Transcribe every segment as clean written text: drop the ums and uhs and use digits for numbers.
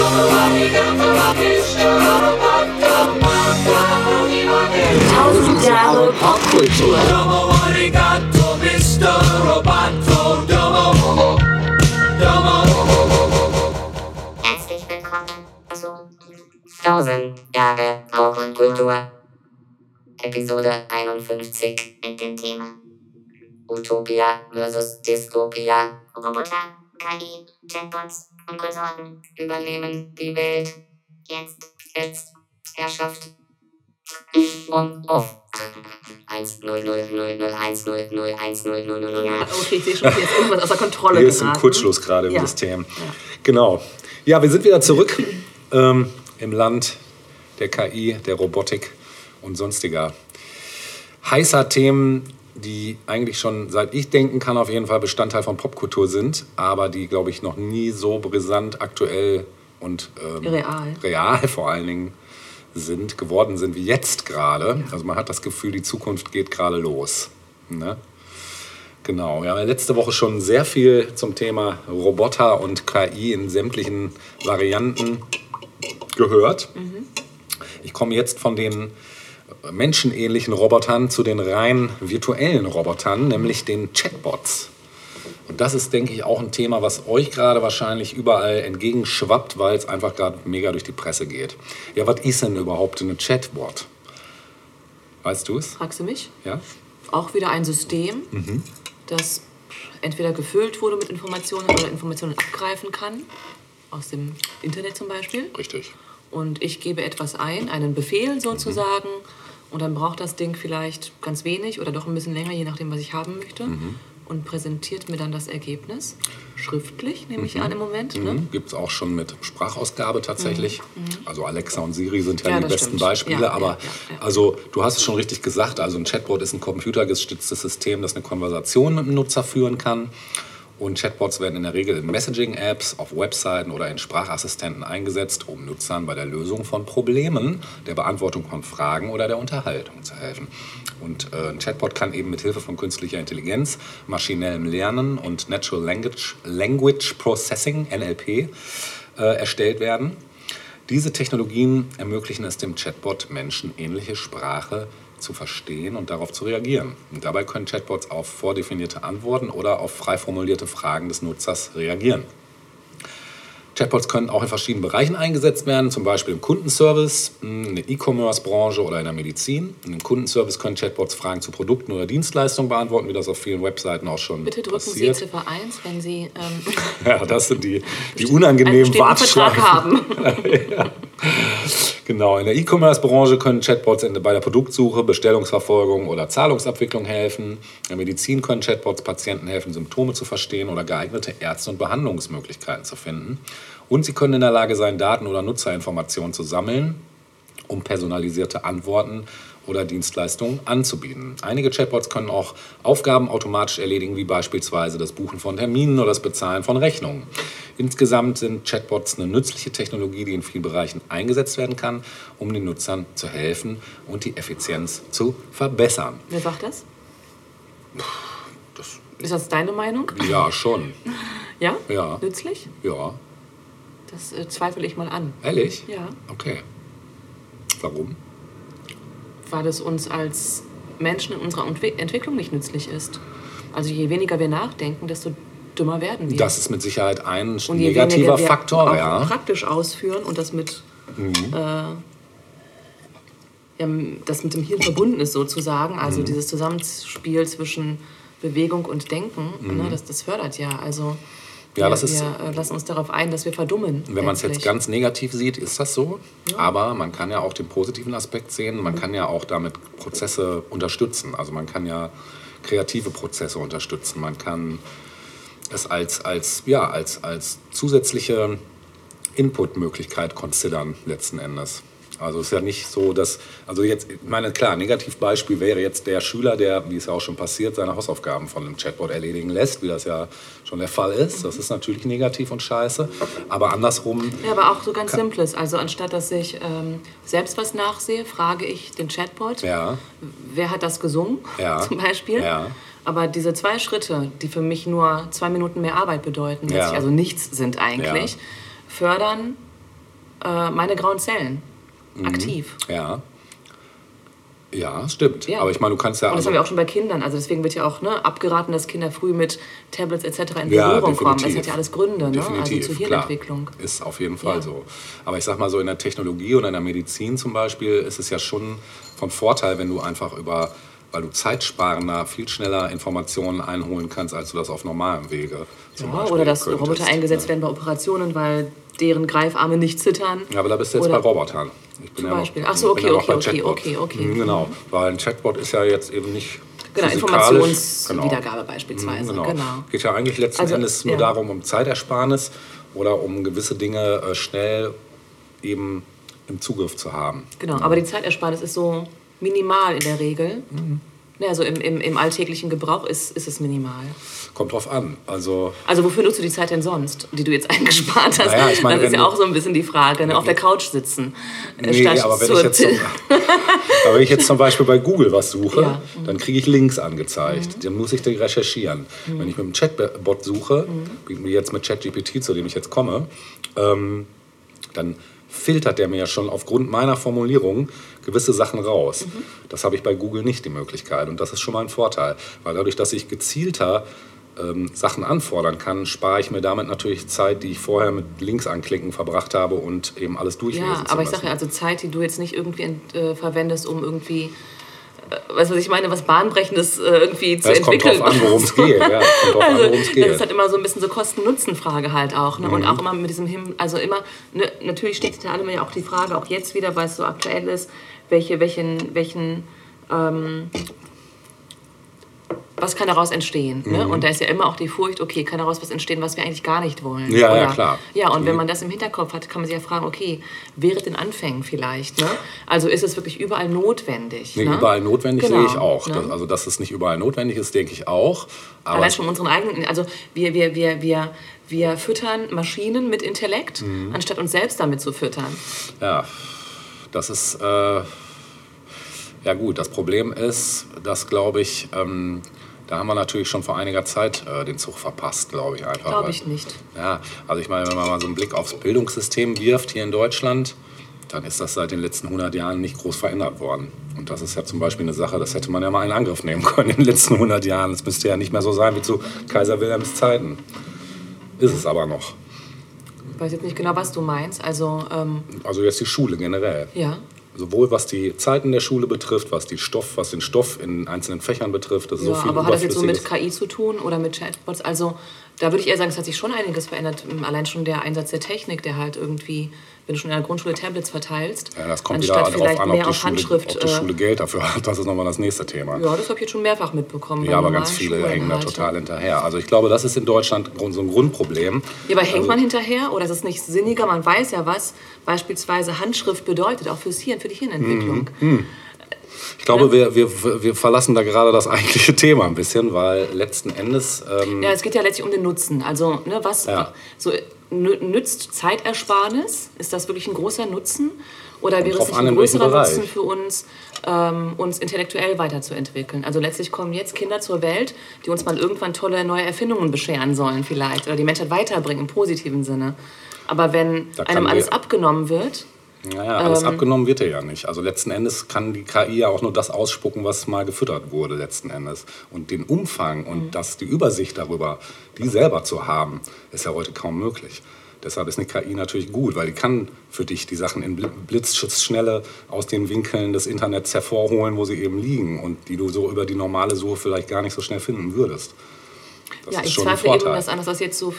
Tausend Jahre Popkultur. Herzlich willkommen zu 1000 Jahre Popkultur. Episode 51 mit dem Thema Utopia versus Dystopia. Roboter, KI, Chatbots und Konsorten übernehmen die Welt. Jetzt, Herrschaft. Und auf. 1000010001000. Okay, ich sehe schon, hier ist irgendwas außer Kontrolle Hier ist ein geraten. Kurzschluss gerade im Ja. System. Ja. Genau. Ja, wir sind wieder zurück im Land der KI, der Robotik und sonstiger heißer Themen, die eigentlich schon, seit ich denken kann, auf jeden Fall Bestandteil von Popkultur sind, aber die, glaube ich, noch nie so brisant, aktuell und real vor allen Dingen geworden sind wie jetzt gerade. Ja. Also man hat das Gefühl, die Zukunft geht gerade los. Ne? Genau, wir haben ja letzte Woche schon sehr viel zum Thema Roboter und KI in sämtlichen Varianten gehört. Mhm. Ich komme jetzt von den menschenähnlichen Robotern zu den rein virtuellen Robotern, nämlich den Chatbots. Und das ist, denke ich, auch ein Thema, was euch gerade wahrscheinlich überall entgegenschwappt, weil es einfach gerade mega durch die Presse geht. Ja, was ist denn überhaupt ein Chatbot? Weißt du es? Fragst du mich? Ja. Auch wieder ein System, das entweder gefüllt wurde mit Informationen oder Informationen abgreifen kann, aus dem Internet zum Beispiel. Richtig. Und ich gebe etwas ein, einen Befehl sozusagen, und dann braucht das Ding vielleicht ganz wenig oder doch ein bisschen länger, je nachdem, was ich haben möchte. Und präsentiert mir dann das Ergebnis. Schriftlich, nehme ich an im Moment. Ne? Gibt es auch schon mit Sprachausgabe tatsächlich. Also Alexa und Siri sind ja die besten stimmt. Beispiele. Ja, aber also du hast es schon richtig gesagt. Also ein Chatbot ist ein computergestütztes System, das eine Konversation mit dem Nutzer führen kann. Und Chatbots werden in der Regel in Messaging-Apps, auf Webseiten oder in Sprachassistenten eingesetzt, um Nutzern bei der Lösung von Problemen, der Beantwortung von Fragen oder der Unterhaltung zu helfen. Und ein Chatbot kann eben mit Hilfe von künstlicher Intelligenz, maschinellem Lernen und Natural Language Processing, NLP, erstellt werden. Diese Technologien ermöglichen es dem Chatbot, menschenähnliche Sprache zu verstehen und darauf zu reagieren. Und dabei können Chatbots auf vordefinierte Antworten oder auf frei formulierte Fragen des Nutzers reagieren. Chatbots können auch in verschiedenen Bereichen eingesetzt werden, zum Beispiel im Kundenservice, in der E-Commerce-Branche oder in der Medizin. Im Kundenservice können Chatbots Fragen zu Produkten oder Dienstleistungen beantworten, wie das auf vielen Webseiten auch schon Bitte drücken passiert. Sie Ziffer 1, wenn Sie Ja, das sind die unangenehmen Warteschleifen. haben. Ja. Genau, in der E-Commerce-Branche können Chatbots bei der Produktsuche, Bestellungsverfolgung oder Zahlungsabwicklung helfen. In der Medizin können Chatbots Patienten helfen, Symptome zu verstehen oder geeignete Ärzte- und Behandlungsmöglichkeiten zu finden. Und sie können in der Lage sein, Daten oder Nutzerinformationen zu sammeln, um personalisierte Antworten oder Dienstleistungen anzubieten. Einige Chatbots können auch Aufgaben automatisch erledigen, wie beispielsweise das Buchen von Terminen oder das Bezahlen von Rechnungen. Insgesamt sind Chatbots eine nützliche Technologie, die in vielen Bereichen eingesetzt werden kann, um den Nutzern zu helfen und die Effizienz zu verbessern. Wer sagt das? Das, Ist das deine Meinung? ja, schon. Ja? Ja. Nützlich? Ja. Das zweifle ich mal an. Ehrlich? Ja. Okay. Warum? Weil es uns als Menschen in unserer Entwicklung nicht nützlich ist. Also je weniger wir nachdenken, desto dümmer werden wir. Das ist mit Sicherheit ein und je negativer weniger wir Faktor, auch ja. praktisch ausführen und das mit das mit dem Hirn verbunden ist sozusagen, also dieses Zusammenspiel zwischen Bewegung und Denken, ne, das fördert ja. Also Ja, wir lassen uns darauf ein, dass wir verdummen. Wenn man es jetzt ganz negativ sieht, ist das so. Ja. Aber man kann ja auch den positiven Aspekt sehen. Man kann ja auch damit Prozesse unterstützen. Also man kann ja kreative Prozesse unterstützen. Man kann es als zusätzliche Inputmöglichkeit considern letzten Endes. Also es ist ja nicht so, dass, also jetzt, ich meine, klar, Negativbeispiel wäre jetzt der Schüler, der, wie es ja auch schon passiert, seine Hausaufgaben von einem Chatbot erledigen lässt, wie das ja schon der Fall ist. Das ist natürlich negativ und scheiße, aber andersrum... Ja, aber auch so ganz Simples. Also anstatt, dass ich selbst was nachsehe, frage ich den Chatbot, wer hat das gesungen, zum Beispiel. Ja. Aber diese 2 Schritte, die für mich nur 2 Minuten mehr Arbeit bedeuten, also nichts sind eigentlich, fördern meine grauen Zellen aktiv. Ja. Ja, stimmt. Ja. Aber ich meine, du kannst ja... Und das haben wir auch schon bei Kindern. Also deswegen wird ja auch abgeraten, dass Kinder früh mit Tablets etc. in Berührung kommen. Das hat ja alles Gründe, ne? Also zur Hirnentwicklung. Klar. Ist auf jeden Fall so. Aber ich sag mal so, in der Technologie und in der Medizin zum Beispiel ist es ja schon von Vorteil, wenn du einfach weil du zeitsparender, viel schneller Informationen einholen kannst, als du das auf normalem Wege zum Beispiel oder dass könntest. Roboter eingesetzt werden bei Operationen, weil deren Greifarme nicht zittern. Ja, aber da bist du jetzt bei Robotern. Ich bin zum ja Beispiel. Noch, Ach so, bin ja noch bei okay. Chatbot. Genau, weil ein Chatbot ist ja jetzt eben nicht Informationswiedergabe beispielsweise. Genau. Genau. Geht ja eigentlich letzten Endes nur darum, um Zeitersparnis oder um gewisse Dinge schnell eben im Zugriff zu haben. Genau, aber die Zeitersparnis ist so minimal in der Regel. Also im alltäglichen Gebrauch ist es minimal. Kommt drauf an. Also wofür nutzt du die Zeit denn sonst, die du jetzt eingespart hast? Naja, ich meine, das ist ja auch so ein bisschen die Frage, ne? Auf der Couch sitzen. Nee, aber wenn ich jetzt zum Beispiel bei Google was suche, dann kriege ich Links angezeigt. Dann muss ich die recherchieren. Wenn ich mit einem Chatbot suche, wie jetzt mit ChatGPT, zu dem ich jetzt komme, dann filtert der mir ja schon aufgrund meiner Formulierung gewisse Sachen raus. Das habe ich bei Google nicht die Möglichkeit. Und das ist schon mal ein Vorteil. Weil dadurch, dass ich gezielter Sachen anfordern kann, spare ich mir damit natürlich Zeit, die ich vorher mit Links anklicken verbracht habe und eben alles durchlesen zu lassen. Ja, aber ich sage ja, also Zeit, die du jetzt nicht irgendwie verwendest, um irgendwie was ich meine, was Bahnbrechendes irgendwie zu entwickeln. Kommt drauf an, worum es geht. Ja, das ist halt immer so ein bisschen so Kosten-Nutzen-Frage halt auch. Ne? Und auch immer mit diesem natürlich steht hinter allem ja auch die Frage, auch jetzt wieder, weil es so aktuell ist, was kann daraus entstehen? Ne? Und da ist ja immer auch die Furcht, okay, kann daraus was entstehen, was wir eigentlich gar nicht wollen? Ja, klar. Ja, und wenn man das im Hinterkopf hat, kann man sich ja fragen, okay, während den Anfängen vielleicht, ne? Also ist es wirklich überall notwendig? Nee, ne? Überall notwendig sehe ich auch. Ne? Also, dass es nicht überall notwendig ist, denke ich auch. Aber allein schon unseren eigenen, also wir füttern Maschinen mit Intellekt, anstatt uns selbst damit zu füttern. Ja, das ist... Ja gut, das Problem ist, dass, glaube ich, da haben wir natürlich schon vor einiger Zeit den Zug verpasst, glaube ich einfach. Glaube ich nicht. Ja, also ich meine, wenn man mal so einen Blick aufs Bildungssystem wirft hier in Deutschland, dann ist das seit den letzten 100 Jahren nicht groß verändert worden. Und das ist ja zum Beispiel eine Sache, das hätte man ja mal in Angriff nehmen können in den letzten 100 Jahren. Es müsste ja nicht mehr so sein wie zu Kaiser Wilhelms Zeiten. Ist es aber noch. Ich weiß jetzt nicht genau, was du meinst. Also jetzt die Schule generell. Ja. Sowohl was die Zeiten der Schule betrifft, was den Stoff in einzelnen Fächern betrifft. Das ist so viel aber hat das jetzt so mit KI zu tun oder mit Chatbots? Also da würde ich eher sagen, es hat sich schon einiges verändert. Allein schon der Einsatz der Technik, der halt irgendwie, wenn du schon in der Grundschule Tablets verteilst, ja, das kommt anstatt wieder darauf an, mehr ob auf Handschrift. Ob die Schule Geld dafür hat, das ist nochmal das nächste Thema. Ja, das habe ich jetzt schon mehrfach mitbekommen. Ja, aber ganz viele hängen da total hinterher. Also ich glaube, das ist in Deutschland so ein Grundproblem. Ja, aber hängt man hinterher oder ist es nicht sinniger? Man weiß ja, was beispielsweise Handschrift bedeutet, auch fürs Hirn, für die Hirnentwicklung. Ich glaube, wir verlassen da gerade das eigentliche Thema ein bisschen, weil letzten Endes... ja, es geht ja letztlich um den Nutzen. Also, ne, nützt Zeitersparnis? Ist das wirklich ein großer Nutzen? Oder wäre es nicht ein größerer Nutzen für uns, uns intellektuell weiterzuentwickeln? Also letztlich kommen jetzt Kinder zur Welt, die uns mal irgendwann tolle neue Erfindungen bescheren sollen vielleicht. Oder die Menschheit weiterbringen im positiven Sinne. Aber wenn einem alles abgenommen wird... Naja, alles abgenommen wird ja nicht. Also letzten Endes kann die KI ja auch nur das ausspucken, was mal gefüttert wurde letzten Endes. Und den Umfang und die Übersicht darüber, die selber zu haben, ist ja heute kaum möglich. Deshalb ist eine KI natürlich gut, weil die kann für dich die Sachen in Blitzschutzschnelle aus den Winkeln des Internets hervorholen, wo sie eben liegen und die du so über die normale Suche vielleicht gar nicht so schnell finden würdest. Das ist ich schon ein zweifle Vorteil. eben, dass das jetzt so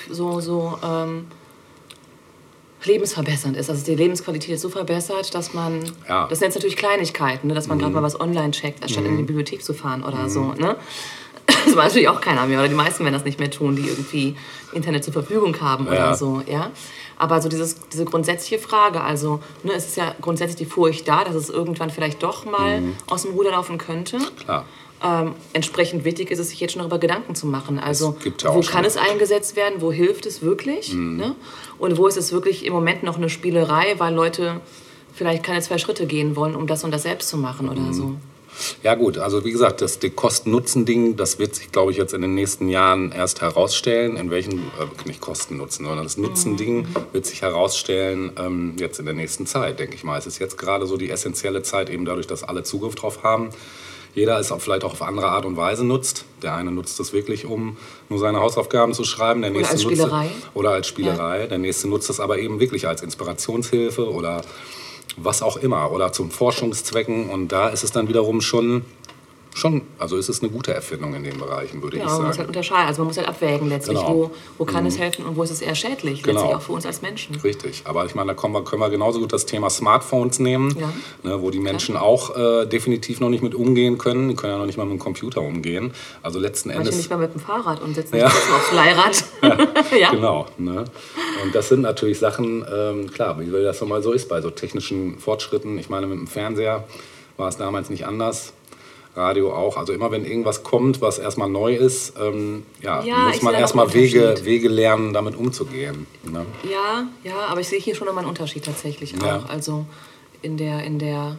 lebensverbessernd ist. Also die Lebensqualität ist so verbessert, dass man, das sind jetzt natürlich Kleinigkeiten, ne, dass man gerade mal was online checkt, anstatt in die Bibliothek zu fahren oder so. Ne? Das weiß natürlich auch keiner mehr, oder die meisten werden das nicht mehr tun, die irgendwie Internet zur Verfügung haben oder so. Ja? Aber so diese grundsätzliche Frage, also es ist ja grundsätzlich die Furcht da, dass es irgendwann vielleicht doch mal aus dem Ruder laufen könnte. Klar. Entsprechend wichtig ist es, sich jetzt schon darüber Gedanken zu machen. Also ja wo kann es eingesetzt werden, wo hilft es wirklich? Ne? Und wo ist es wirklich im Moment noch eine Spielerei, weil Leute vielleicht keine 2 Schritte gehen wollen, um das und das selbst zu machen oder so. Ja gut, also wie gesagt, das Kosten-Nutzen-Ding, das wird sich, glaube ich, jetzt in den nächsten Jahren erst herausstellen, in welchen, nicht Kosten-Nutzen, sondern das Nutzen-Ding wird sich herausstellen jetzt in der nächsten Zeit, denke ich mal. Es ist jetzt gerade so die essentielle Zeit, eben dadurch, dass alle Zugriff drauf haben. Jeder es auch vielleicht auch auf andere Art und Weise nutzt. Der eine nutzt es wirklich, um nur seine Hausaufgaben zu schreiben. Der nächste als Spielerei. Oder als Spielerei. Ja. Der nächste nutzt es aber eben wirklich als Inspirationshilfe oder was auch immer oder zum Forschungszwecken. Und da ist es dann wiederum schon, also ist es eine gute Erfindung in den Bereichen, würde ich sagen. Man muss halt unterscheiden, also man muss halt abwägen letztlich, Genau. wo kann es helfen und wo ist es eher schädlich, Genau. letztlich auch für uns als Menschen. Richtig, aber ich meine, da können wir genauso gut das Thema Smartphones nehmen, ne, wo die Menschen auch definitiv noch nicht mit umgehen können. Die können ja noch nicht mal mit dem Computer umgehen. Also letzten Endes... Manche nicht mal mit dem Fahrrad und sitzen nicht aufs Leihrad. Ja. Genau. Ne? Und das sind natürlich Sachen, klar, wie das nochmal so ist bei so technischen Fortschritten. Ich meine, mit dem Fernseher war es damals nicht anders. Radio auch. Also immer wenn irgendwas kommt, was erstmal neu ist, muss man erstmal Wege lernen, damit umzugehen. Ne? Ja, aber ich sehe hier schon nochmal einen Unterschied tatsächlich auch. Also in dem,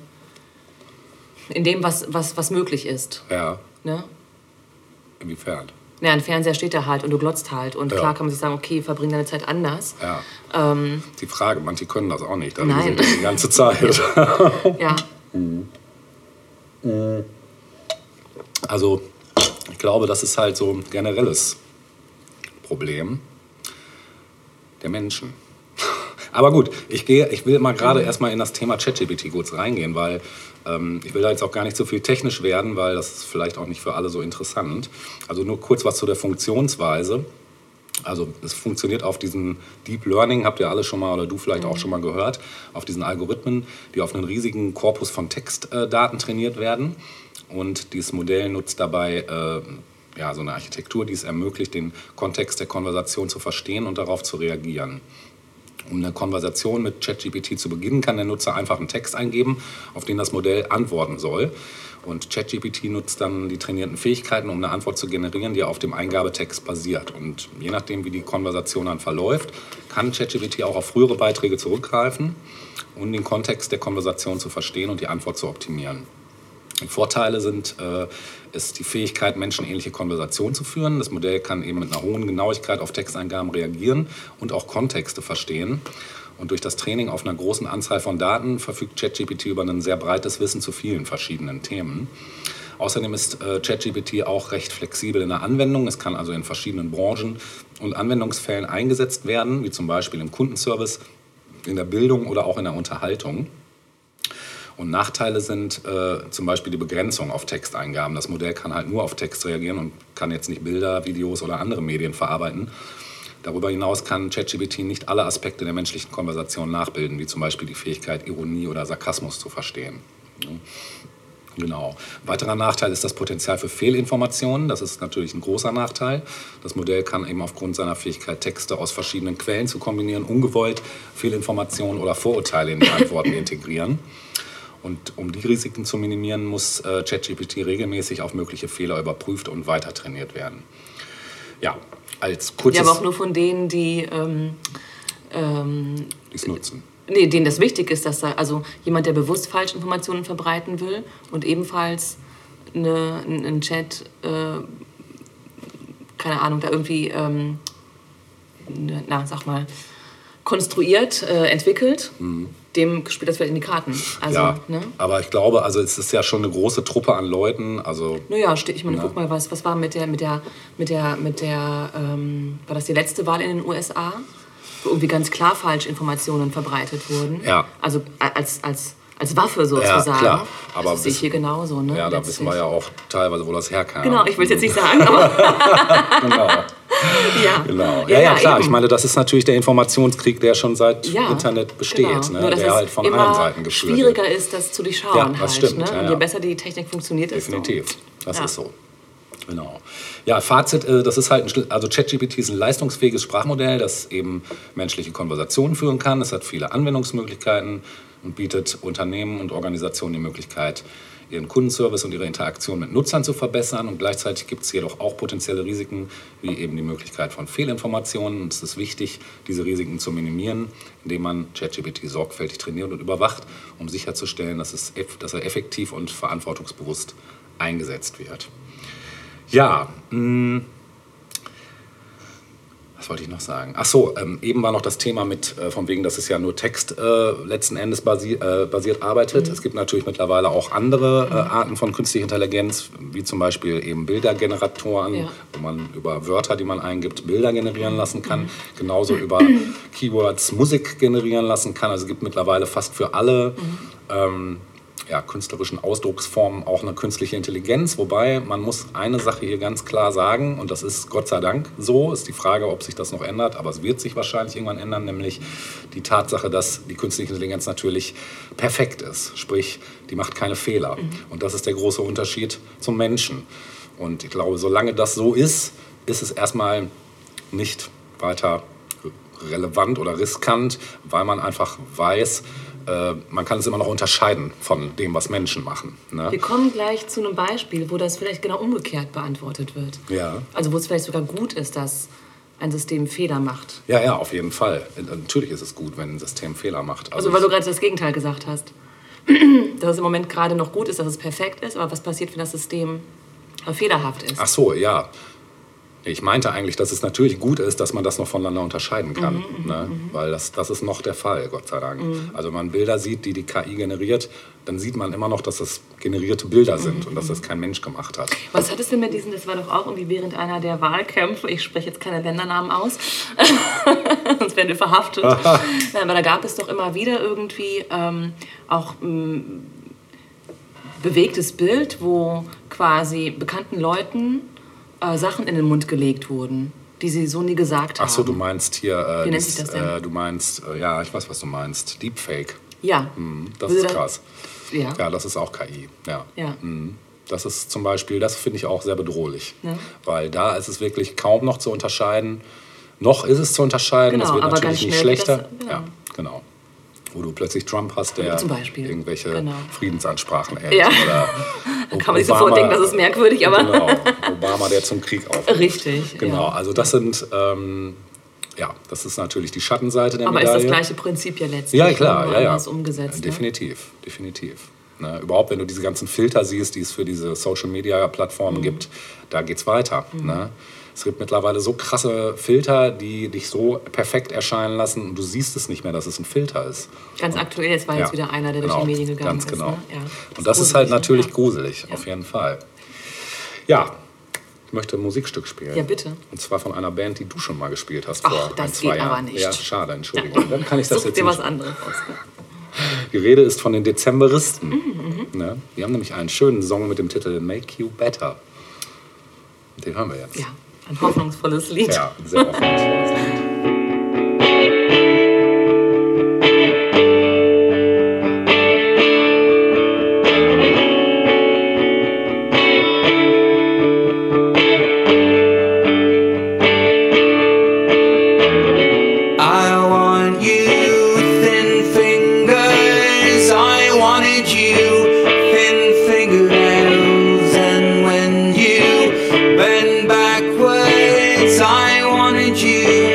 was möglich ist. Ja. Ne? Inwiefern? Ja, ein Fernseher steht da halt und du glotzt halt. Und klar kann man sich sagen, okay, verbring deine Zeit anders. Ja. Die Frage, manche können das auch nicht. Nein. Die ganze Zeit. Ja. Also, ich glaube, das ist halt so ein generelles Problem der Menschen. Aber gut, ich will mal gerade erstmal in das Thema ChatGPT kurz reingehen, weil ich will da jetzt auch gar nicht so viel technisch werden, weil das ist vielleicht auch nicht für alle so interessant. Also nur kurz was zu der Funktionsweise. Also es funktioniert auf diesen Deep Learning, habt ihr alle schon mal oder du vielleicht auch schon mal gehört, auf diesen Algorithmen, die auf einen riesigen Korpus von Textdaten trainiert werden. Und dieses Modell nutzt dabei so eine Architektur, die es ermöglicht, den Kontext der Konversation zu verstehen und darauf zu reagieren. Um eine Konversation mit ChatGPT zu beginnen, kann der Nutzer einfach einen Text eingeben, auf den das Modell antworten soll. Und ChatGPT nutzt dann die trainierten Fähigkeiten, um eine Antwort zu generieren, die auf dem Eingabetext basiert. Und je nachdem, wie die Konversation dann verläuft, kann ChatGPT auch auf frühere Beiträge zurückgreifen, um den Kontext der Konversation zu verstehen und die Antwort zu optimieren. Die Vorteile ist die Fähigkeit, menschenähnliche Konversationen zu führen. Das Modell kann eben mit einer hohen Genauigkeit auf Texteingaben reagieren und auch Kontexte verstehen. Und durch das Training auf einer großen Anzahl von Daten verfügt ChatGPT über ein sehr breites Wissen zu vielen verschiedenen Themen. Außerdem ist ChatGPT auch recht flexibel in der Anwendung. Es kann also in verschiedenen Branchen und Anwendungsfällen eingesetzt werden, wie zum Beispiel im Kundenservice, in der Bildung oder auch in der Unterhaltung. Und Nachteile sind zum Beispiel die Begrenzung auf Texteingaben. Das Modell kann halt nur auf Text reagieren und kann jetzt nicht Bilder, Videos oder andere Medien verarbeiten. Darüber hinaus kann ChatGPT nicht alle Aspekte der menschlichen Konversation nachbilden, wie zum Beispiel die Fähigkeit, Ironie oder Sarkasmus zu verstehen. Genau. Ein weiterer Nachteil ist das Potenzial für Fehlinformationen. Das ist natürlich ein großer Nachteil. Das Modell kann eben aufgrund seiner Fähigkeit, Texte aus verschiedenen Quellen zu kombinieren, ungewollt Fehlinformationen oder Vorurteile in die Antworten integrieren. Und um die Risiken zu minimieren, muss ChatGPT regelmäßig auf mögliche Fehler überprüft und weiter trainiert werden. Ja, als kurzes... Ja, aber auch nur von denen, die es nutzen. Nee, denen das wichtig ist, dass da, also jemand, der bewusst Falschinformationen verbreiten will und ebenfalls einen Chat, keine Ahnung, da irgendwie, konstruiert, entwickelt, dem spielt das vielleicht in die Karten. Also, ja, ne? Aber ich glaube, also es ist ja schon eine große Truppe an Leuten. Also, naja, ich meine, guck mal, was war mit der war das die letzte Wahl in den USA? Wo irgendwie ganz klar Falschinformationen verbreitet wurden. Ja. Also als Waffe sozusagen. Ja, klar. Aber das sehe ich hier genauso. Ne? Ja, da wissen wir ja auch teilweise, wo das herkam. Genau, ich will es jetzt nicht sagen, aber... Genau. Ja. Genau. Ja, klar. Eben. Ich meine, das ist natürlich der Informationskrieg, der schon seit Internet besteht. Genau. Ne? Nur, dass der halt von allen Seiten geführt wird. schwieriger ist, das zu durchschauen. Ja, das stimmt. Ne? Ja, Und je besser die Technik funktioniert, definitiv. Das ist so. Genau. Ja, Fazit, das ist halt also ChatGPT ist ein leistungsfähiges Sprachmodell, das eben menschliche Konversationen führen kann. Es hat viele Anwendungsmöglichkeiten und bietet Unternehmen und Organisationen die Möglichkeit, ihren Kundenservice und ihre Interaktion mit Nutzern zu verbessern. Und gleichzeitig gibt es jedoch auch potenzielle Risiken, wie eben die Möglichkeit von Fehlinformationen. Und es ist wichtig, diese Risiken zu minimieren, indem man ChatGPT sorgfältig trainiert und überwacht, um sicherzustellen, dass er effektiv und verantwortungsbewusst eingesetzt wird. Ja, was wollte ich noch sagen? Ach so, eben war noch das Thema mit, von wegen, dass es ja nur Text letzten Endes basiert arbeitet. Es gibt natürlich mittlerweile auch andere Arten von künstlicher Intelligenz, wie zum Beispiel eben Bildergeneratoren, wo man über Wörter, die man eingibt, Bilder generieren lassen kann. Genauso über Keywords Musik generieren lassen kann. Also es gibt mittlerweile fast für alle künstlerischen Ausdrucksformen auch eine künstliche Intelligenz, wobei man muss eine Sache hier ganz klar sagen, und das ist Gott sei Dank so, ist die Frage, ob sich das noch ändert, aber es wird sich wahrscheinlich irgendwann ändern, nämlich die Tatsache, dass die künstliche Intelligenz natürlich perfekt ist, sprich, die macht keine Fehler. Und das ist der große Unterschied zum Menschen. Und ich glaube, solange das so ist, ist es erstmal nicht weiter relevant oder riskant, weil man einfach weiß, man kann es immer noch unterscheiden von dem, was Menschen machen. Ne? Wir kommen gleich zu einem Beispiel, wo das vielleicht genau umgekehrt beantwortet wird. Ja. Also wo es vielleicht sogar gut ist, dass ein System Fehler macht. Ja, auf jeden Fall. Natürlich ist es gut, wenn ein System Fehler macht. Also weil du gerade das Gegenteil gesagt hast. Dass es im Moment gerade noch gut ist, dass es perfekt ist, aber was passiert, wenn das System fehlerhaft ist? Ach so, ja. Ich meinte eigentlich, dass es natürlich gut ist, dass man das noch voneinander unterscheiden kann. Ne? Weil das ist noch der Fall, Gott sei Dank. Also wenn man Bilder sieht, die KI generiert, dann sieht man immer noch, dass das generierte Bilder sind und dass das kein Mensch gemacht hat. Was hat es denn mit diesen, das war doch auch irgendwie während einer der Wahlkämpfe, ich spreche jetzt keine Ländernamen aus, sonst werden wir verhaftet. Aber da gab es doch immer wieder irgendwie auch bewegtes Bild, wo quasi bekannten Leuten Sachen in den Mund gelegt wurden, die sie so nie gesagt haben. Ach so, du meinst hier... Wie nennt sich das denn? Du meinst, ja, ich weiß, was du meinst. Deepfake. Ja. Das ist krass. Ja. Ja, das ist auch KI. Ja. Ja. Das ist zum Beispiel, das finde ich auch sehr bedrohlich. Ja. Weil da ist es wirklich kaum noch zu unterscheiden. Noch ist es zu unterscheiden, Genau, es wird aber natürlich ganz nicht schnell schlechter. das, genau. Ja, genau. Wo du plötzlich Trump hast, der Zum Beispiel. irgendwelche Friedенsansprachen hält. Ja. Oder Da kann man sich sofort denken, das ist merkwürdig, aber... Genau, Obama, der zum Krieg aufruft. Richtig. Genau, Ja. also das sind... das ist natürlich die Schattenseite der Aber Medaille. ist das gleiche Prinzip ja letztlich. Ja, klar, nur ja. anders umgesetzt. Ne? Definitiv. Ne, überhaupt, wenn du diese ganzen Filter siehst, die es für diese Social-Media-Plattformen gibt, da geht's weiter. Ne? Es gibt mittlerweile so krasse Filter, die dich so perfekt erscheinen lassen und du siehst es nicht mehr, dass es ein Filter ist. Ganz aktuell, jetzt war jetzt wieder einer, der durch die Medien gegangen ist. Genau. Ne? Ja. Und das ist halt natürlich ja. gruselig, auf jeden Fall. Ja, ich möchte ein Musikstück spielen. Ja, bitte. Und zwar von einer Band, die du schon mal gespielt hast Ach, vor das 2 geht Jahren. aber nicht. Ja, schade, Entschuldigung. Dann kann ich das Such jetzt dir nicht. was anderes aus. Die Rede ist von den Dezemberisten. Ne? Die haben nämlich einen schönen Song mit dem Titel Make You Better. Den hören wir jetzt. Ja, ein hoffnungsvolles Lied. Ja, ein sehr hoffnungsvolles Lied. Backwards, I wanted you.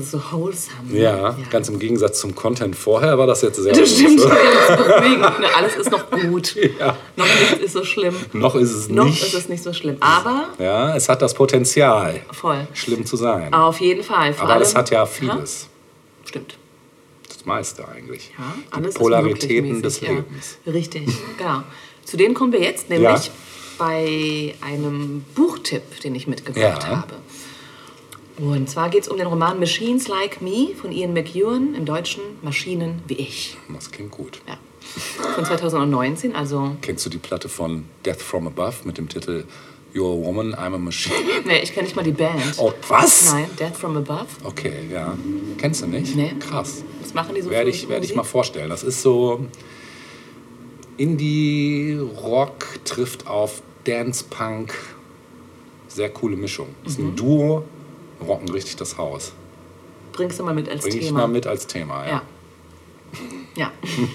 ist so wholesome. Ja, ganz im Gegensatz zum Content vorher war das jetzt sehr Das stimmt, so. das ist beruhigend. Ne? Alles ist noch gut. Ja. Noch nichts ist so schlimm. Noch ist es Noch nicht. ist es nicht so schlimm. Aber Ja, es hat das Potenzial, voll. schlimm zu sein. Auf jeden Fall. Vor Aber allem, es hat ja vieles. Stimmt. Das meiste eigentlich. Ja, Die alles ist Polaritäten möglich des mäßig, Lebens. Ja. Richtig, genau. Zu denen kommen wir jetzt, nämlich Ja. bei einem Buchtipp, den ich mitgebracht Ja. habe. Und zwar geht es um den Roman Machines Like Me von Ian McEwan, im Deutschen Maschinen wie ich. Das klingt gut. Ja. Von 2019, also... Kennst du die Platte von Death from Above mit dem Titel You're a Woman, I'm a Machine? Nee, ich kenne nicht mal die Band. Oh, was? Nein, Death from Above. Okay, ja. Kennst du nicht? Nee. Krass. Was machen die so Werde für ich Musik? mal vorstellen. Das ist so Indie-Rock trifft auf Dance-Punk. Sehr coole Mischung. Ist ein Duo, rocken richtig das Haus. Bringst du mal mit als Bring ich Thema. mal mit als Thema, ja. Ja.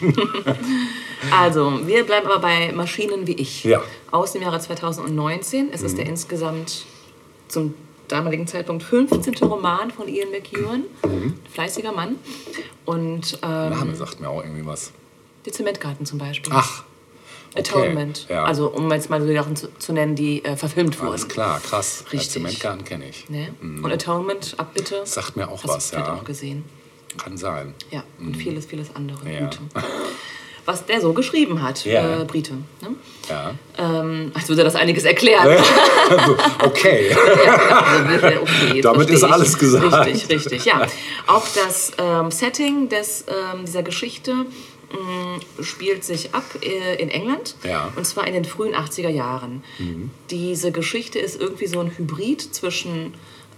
Also, wir bleiben aber bei Maschinen wie ich. Ja. Aus dem Jahre 2019. Es ist der insgesamt zum damaligen Zeitpunkt 15. Roman von Ian McEwan. Fleißiger Mann. Und Name sagt mir auch irgendwie was. der Zementgarten zum Beispiel. Ach, okay. Atonement. Ja. Also, um jetzt mal so die Sachen zu nennen, die verfilmt wurden. Alles klar, krass. Richtig. Zementgarten kenne ich. Ne? Und Atonement, Abbitte. Sagt mir auch Hast was, du vielleicht ja. auch gesehen. Kann sein. Ja, und vieles, vieles andere. Ja. Gute. Was der so geschrieben hat, Ja. Brite. Ne? Ja. Als würde das einiges erklären. Okay. Okay, jetzt Damit verstehe ist ich. alles gesagt. Richtig, richtig, ja. Auch das Setting dieser Geschichte spielt sich ab in England. Ja. Und zwar in den frühen 80er Jahren. Diese Geschichte ist irgendwie so ein Hybrid zwischen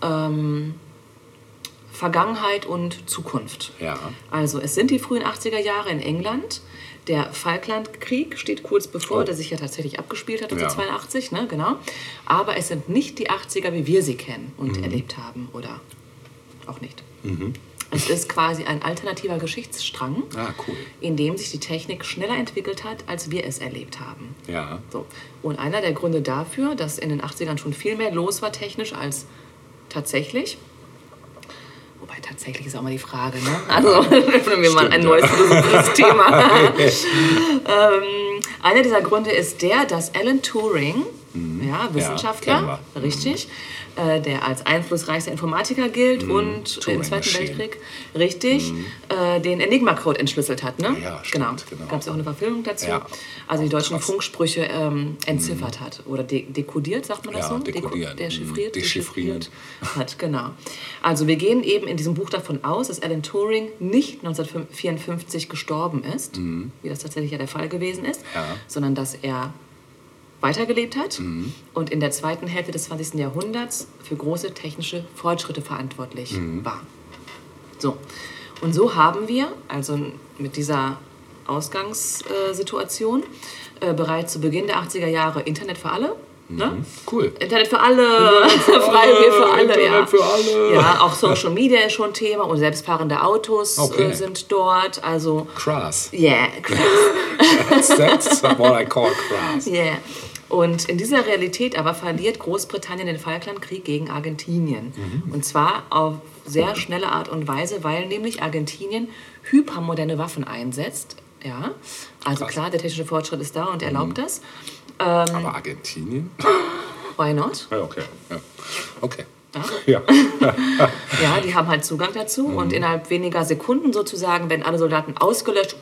Vergangenheit und Zukunft. Ja. Also es sind die frühen 80er Jahre in England. Der Falklandkrieg steht kurz bevor, der sich ja tatsächlich abgespielt hat, 1982, ne, genau. Aber es sind nicht die 80er, wie wir sie kennen und erlebt haben, oder auch nicht. Es ist quasi ein alternativer Geschichtsstrang, Ah, cool. in dem sich die Technik schneller entwickelt hat, als wir es erlebt haben. Ja. So. Und einer der Gründe dafür, dass in den 80ern schon viel mehr los war technisch als tatsächlich. Wobei tatsächlich ist auch mal die Frage, ne? Also, öffnen wir mal ein neues philosophisches Thema. Einer dieser Gründe ist der, dass Alan Turing, Wissenschaftler, kennen wir. richtig, der als einflussreichster Informatiker gilt und Turing im Zweiten Machine. Weltkrieg, richtig, den Enigma-Code entschlüsselt hat. Ne? Ja, stimmt, genau. Gab es auch eine Verfilmung dazu. Ja. Also die deutschen Krass. Funksprüche entziffert hat. Oder dekodiert, sagt man das Ja, so? dekodieren. Dechiffriert? Dechiffrieren. Hat, genau. Also wir gehen eben in diesem Buch davon aus, dass Alan Turing nicht 1954 gestorben ist, wie das tatsächlich ja der Fall gewesen ist, sondern dass er weitergelebt hat und in der zweiten Hälfte des 20. Jahrhunderts für große technische Fortschritte verantwortlich war. So. Und so haben wir, also mit dieser Ausgangssituation, bereits zu Beginn der 80er Jahre Internet für alle. Ne? Cool. Internet für alle, Freibier für alle. Internet für alle. Ja, auch Social Media ist schon Thema und selbstfahrende Autos Okay. sind dort. Also, Krass. yeah, krass. That's what I call krass. Yeah. Und in dieser Realität aber verliert Großbritannien den Falklandkrieg gegen Argentinien. Und zwar auf sehr schnelle Art und Weise, weil nämlich Argentinien hypermoderne Waffen einsetzt. Ja, also Krass. klar, der technische Fortschritt ist da und erlaubt das. Aber Argentinien? Why not? Ja, okay. Ja. Okay. Ja. Ja. Ja, die haben halt Zugang dazu und innerhalb weniger Sekunden sozusagen werden alle Soldaten ausgelöscht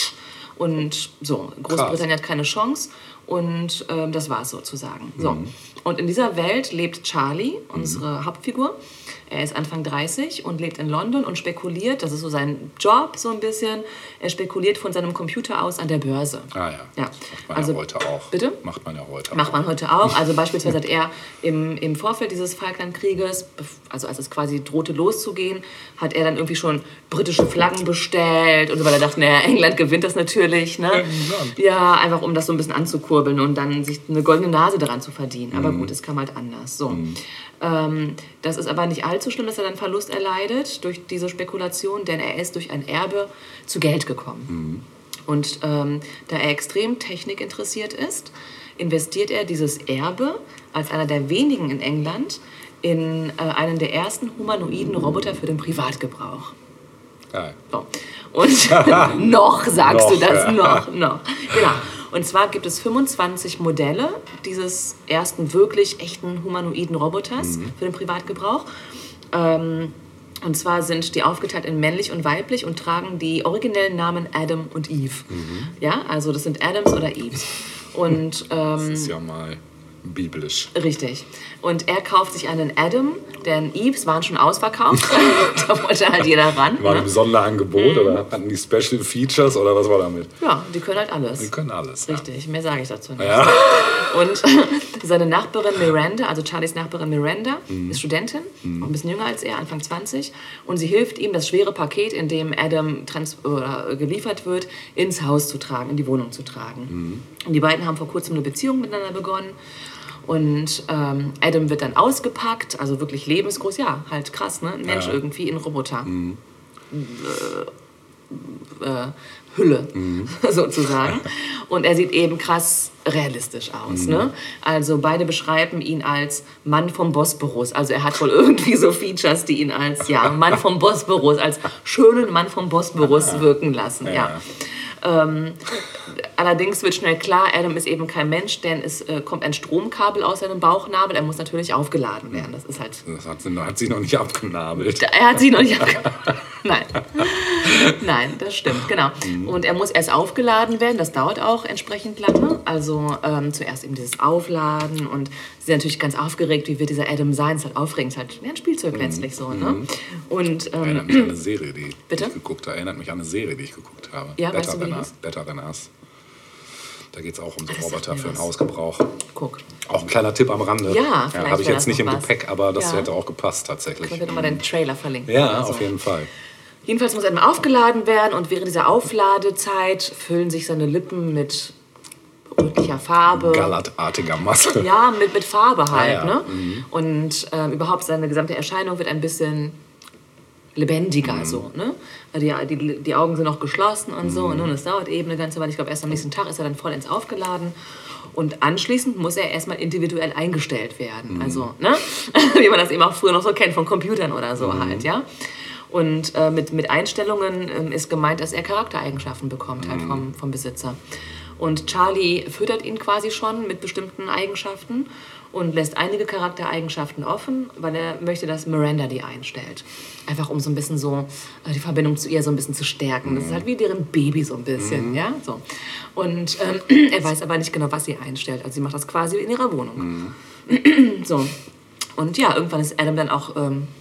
und so. Großbritannien hat keine Chance und das war's sozusagen. So. Und in dieser Welt lebt Charlie, unsere Hauptfigur. Er ist Anfang 30 und lebt in London und spekuliert, das ist so sein Job so ein bisschen, er spekuliert von seinem Computer aus an der Börse. Ah ja. Ja. Das macht man Also, ja heute auch. bitte? Macht man ja heute Macht auch. man heute auch. Also beispielsweise hat er im Vorfeld dieses Falklandkrieges, also als es quasi drohte loszugehen, hat er dann irgendwie schon britische Flaggen bestellt und so, weil er dachte, naja, England gewinnt das natürlich. Ne? England. Ja, einfach um das so ein bisschen anzukurbeln und dann sich eine goldene Nase daran zu verdienen. Aber gut, es kam halt anders. So. Das ist aber nicht allzu schlimm, dass er dann Verlust erleidet durch diese Spekulation, denn er ist durch ein Erbe zu Geld gekommen. Und da er extrem technikinteressiert ist, investiert er dieses Erbe als einer der wenigen in England in einen der ersten humanoiden Roboter für den Privatgebrauch. Geil. So. Und noch sagst du das, ja. noch. Genau. Und zwar gibt es 25 Modelle dieses ersten wirklich echten humanoiden Roboters für den Privatgebrauch. Und zwar sind die aufgeteilt in männlich und weiblich und tragen die originellen Namen Adam und Eve. Ja, also das sind Adams oder Eves. Und, Das ist ja mal biblisch. richtig. Und er kauft sich einen Adam, denn Eves waren schon ausverkauft. Da wollte halt jeder ran. War Ne? im Sonderangebot oder hatten die Special Features oder was war damit? Ja, die können halt alles. Die können alles. Richtig, mehr sage ich dazu nicht. Ja. Und seine Nachbarin Miranda, also Charlies Nachbarin Miranda, ist Studentin, auch ein bisschen jünger als er, Anfang 20. Und sie hilft ihm, das schwere Paket, in dem Adam geliefert wird, ins Haus zu tragen, in die Wohnung zu tragen. Und die beiden haben vor kurzem eine Beziehung miteinander begonnen. Und Adam wird dann ausgepackt, also wirklich lebensgroß, ja, halt krass, ne? Ein Mensch irgendwie in Roboter. Hülle, sozusagen. Und er sieht eben krass realistisch aus. Ne? Also beide beschreiben ihn als Mann vom Bosporus. Also er hat wohl irgendwie so Features, die ihn als Mann vom Bosporus, als schönen Mann vom Bosporus wirken lassen. Ja. Allerdings wird schnell klar, Adam ist eben kein Mensch, denn es kommt ein Stromkabel aus seinem Bauchnabel. Er muss natürlich aufgeladen werden. Das ist halt. Das hat sich noch nicht abgenabelt. Er hat sich noch nicht abgenabelt. Nein, das stimmt, genau. Und er muss erst aufgeladen werden, das dauert auch entsprechend lange. Also zuerst eben dieses Aufladen und sie sind natürlich ganz aufgeregt, wie wird dieser Adam sein. Es ist halt aufregend, es ist halt ein Spielzeug letztlich so. Ne? Und, Erinnert mich an eine Serie, die bitte? ich geguckt habe. Erinnert mich an eine Serie, die ich geguckt habe. Ja, weißt du, wie die hieß? Better Than Us. Da geht es auch um so Roboter für den Hausgebrauch. Guck. Auch ein kleiner Tipp am Rande. Ja, vielleicht habe ich wäre jetzt das nicht im noch was. Gepäck, aber das Ja. hätte auch gepasst tatsächlich. Ich werde nochmal den Trailer verlinken. Ja, oder so. auf jeden Fall. Jedenfalls muss Adam aufgeladen werden und während dieser Aufladezeit füllen sich seine Lippen mit rötlicher Farbe. Gallertartiger Masse. Ja, mit Farbe halt. Ja. Ne? Und überhaupt seine gesamte Erscheinung wird ein bisschen lebendiger. So, ne? Die Augen sind noch geschlossen und so. Ne? Und es dauert eben eine ganze Weile. Ich glaube, erst am nächsten Tag ist er dann vollends aufgeladen. Und anschließend muss er erstmal individuell eingestellt werden. Also, ne? Wie man das eben auch früher noch so kennt von Computern oder so halt, ja. Und mit Einstellungen ist gemeint, dass er Charaktereigenschaften bekommt halt vom Besitzer. Und Charlie füttert ihn quasi schon mit bestimmten Eigenschaften und lässt einige Charaktereigenschaften offen, weil er möchte, dass Miranda die einstellt. Einfach um so ein bisschen so die Verbindung zu ihr so ein bisschen zu stärken. Das ist halt wie deren Baby so ein bisschen, ja, so. Und er weiß aber nicht genau, was sie einstellt. Also sie macht das quasi in ihrer Wohnung. So. Und ja, irgendwann ist Adam dann auch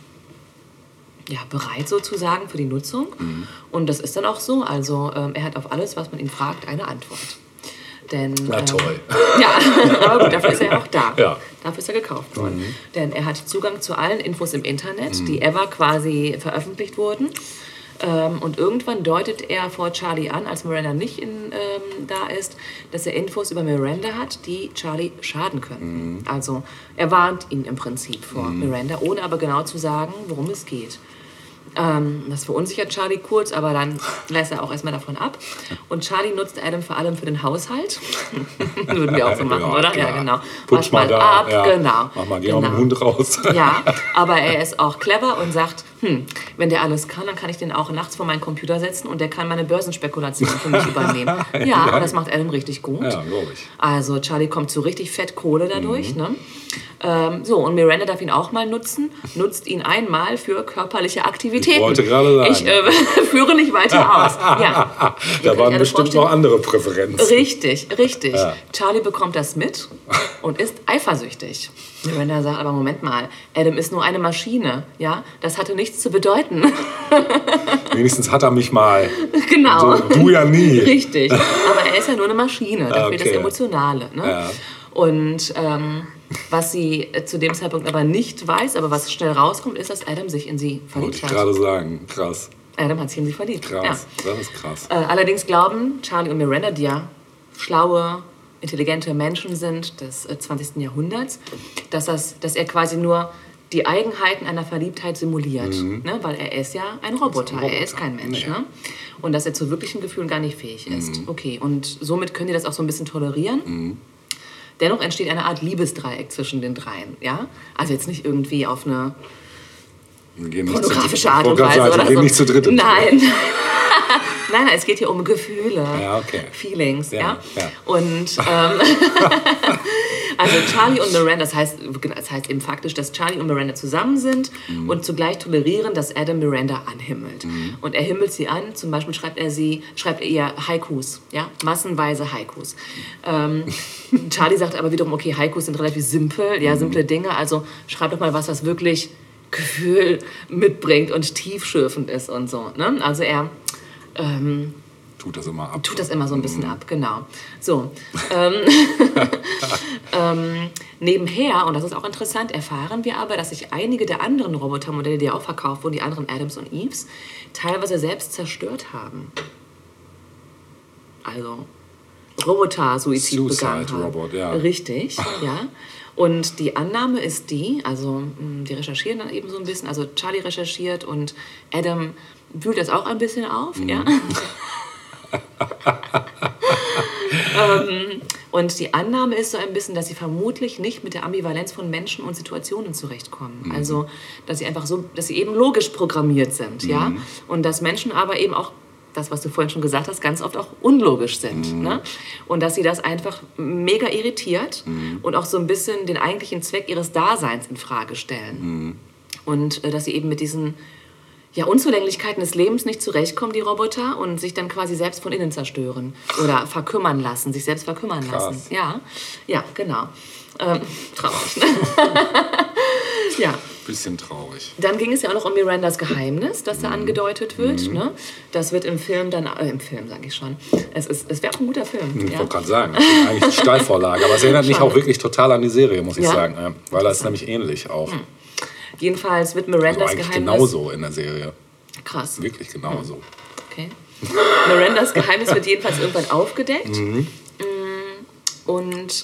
bereit sozusagen für die Nutzung. Und das ist dann auch so. Also er hat auf alles, was man ihn fragt, eine Antwort. Denn, Na toll. ja, aber gut, dafür ist er ja auch da. Ja. Dafür ist er gekauft worden. Denn er hat Zugang zu allen Infos im Internet, die ever quasi veröffentlicht wurden. Und irgendwann deutet er vor Charlie an, als Miranda nicht da ist, dass er Infos über Miranda hat, die Charlie schaden können. Also er warnt ihn im Prinzip vor Miranda, ohne aber genau zu sagen, worum es geht. Das verunsichert Charlie kurz, aber dann lässt er auch erstmal davon ab. Und Charlie nutzt Adam vor allem für den Haushalt. Würden wir auch so machen, Ja, oder? klar. Ja, genau. Putz Wasch mal da, ab, ja. genau. Mach mal, geh mal mit dem Hund raus. Ja, aber er ist auch clever und sagt, wenn der alles kann, dann kann ich den auch nachts vor meinen Computer setzen und der kann meine Börsenspekulation für mich übernehmen. Ja, und das macht Adam richtig gut. Ja, glaube ich. Also Charlie kommt zu richtig fett Kohle dadurch. Ne? Und Miranda darf ihn auch mal nutzen, nutzt ihn einmal für körperliche Aktivitäten. Ich wollte gerade sagen. Ich führe nicht weiter aus. Ja. Da waren alle bestimmt vorstellen. noch andere Präferenzen. Richtig. Ja. Charlie bekommt das mit und ist eifersüchtig. Miranda sagt, aber Moment mal, Adam ist nur eine Maschine. Ja? Das hatte nichts zu bedeuten. Wenigstens hat er mich mal. Genau. So, du ja nie. Richtig. Aber er ist ja nur eine Maschine. Da fehlt das Okay. Emotionale. Ne? Ja. Und was sie zu dem Zeitpunkt aber nicht weiß, aber was schnell rauskommt, ist, dass Adam sich in sie Wollte verliebt ich hat. gerade sagen. Krass. Adam hat sich in sie verliebt. Krass. Das ist krass. Ja. Allerdings glauben Charlie und Miranda, die ja schlaue, intelligente Menschen sind des 20. Jahrhunderts, dass er quasi nur die Eigenheiten einer Verliebtheit simuliert. Ne? Weil er ist ja ein Roboter, er ist kein Mensch. Nee. Ne? Und dass er zu wirklichen Gefühlen gar nicht fähig ist. Okay, und somit können die das auch so ein bisschen tolerieren. dennoch entsteht eine Art Liebesdreieck zwischen den dreien. Ja? Also jetzt nicht irgendwie auf eine pornografische Art und Weise oder so. Nicht zu dritt. Nein. Nein, es geht hier um Gefühle, Feelings, ja. Und also Charlie und Miranda, das heißt eben faktisch, dass Charlie und Miranda zusammen sind und zugleich tolerieren, dass Adam Miranda anhimmelt. Und er himmelt sie an, zum Beispiel schreibt er ihr Haikus, ja, massenweise Haikus. Charlie sagt aber wiederum, okay, Haikus sind relativ simpel, ja, simple Dinge, also schreib doch mal was wirklich Gefühl mitbringt und tiefschürfend ist und so. Ne? Also er tut das immer ab. Tut das immer so ein bisschen ab, genau. So. Nebenher, und das ist auch interessant, erfahren wir aber, dass sich einige der anderen Robotermodelle, die auch verkauft wurden, die anderen Adams und Eves, teilweise selbst zerstört haben. Also Roboter-Suizid begangen haben. Robot, ja. Richtig, ja. Und die Annahme ist die, also die recherchieren dann eben so ein bisschen, also Charlie recherchiert und Adam wühlt das auch ein bisschen auf, ja. Und die Annahme ist so ein bisschen, dass sie vermutlich nicht mit der Ambivalenz von Menschen und Situationen zurechtkommen. Also, dass sie eben logisch programmiert sind, ja. Und dass Menschen aber eben auch, das, was du vorhin schon gesagt hast, ganz oft auch unlogisch sind. Ne? Und dass sie das einfach mega irritiert und auch so ein bisschen den eigentlichen Zweck ihres Daseins in Frage stellen. Und dass sie eben mit diesen Unzulänglichkeiten des Lebens nicht zurechtkommen, die Roboter, und sich dann quasi selbst von innen zerstören oder sich selbst verkümmern lassen. Ja, genau. Traurig, ne? Ja. Bisschen traurig. Dann ging es ja auch noch um Mirandas Geheimnis, das da angedeutet wird. Ne? Das wird im Film dann, sage ich schon, es wäre auch ein guter Film. Ich wollte gerade sagen, das ist eigentlich die Steilvorlage, aber es erinnert mich auch wirklich total an die Serie, muss ich sagen, weil das ist nämlich ähnlich auch. Jedenfalls wird Mirandas Geheimnis... genauso in der Serie. Krass. Wirklich genauso. Okay. Mirandas Geheimnis wird jedenfalls irgendwann aufgedeckt. Und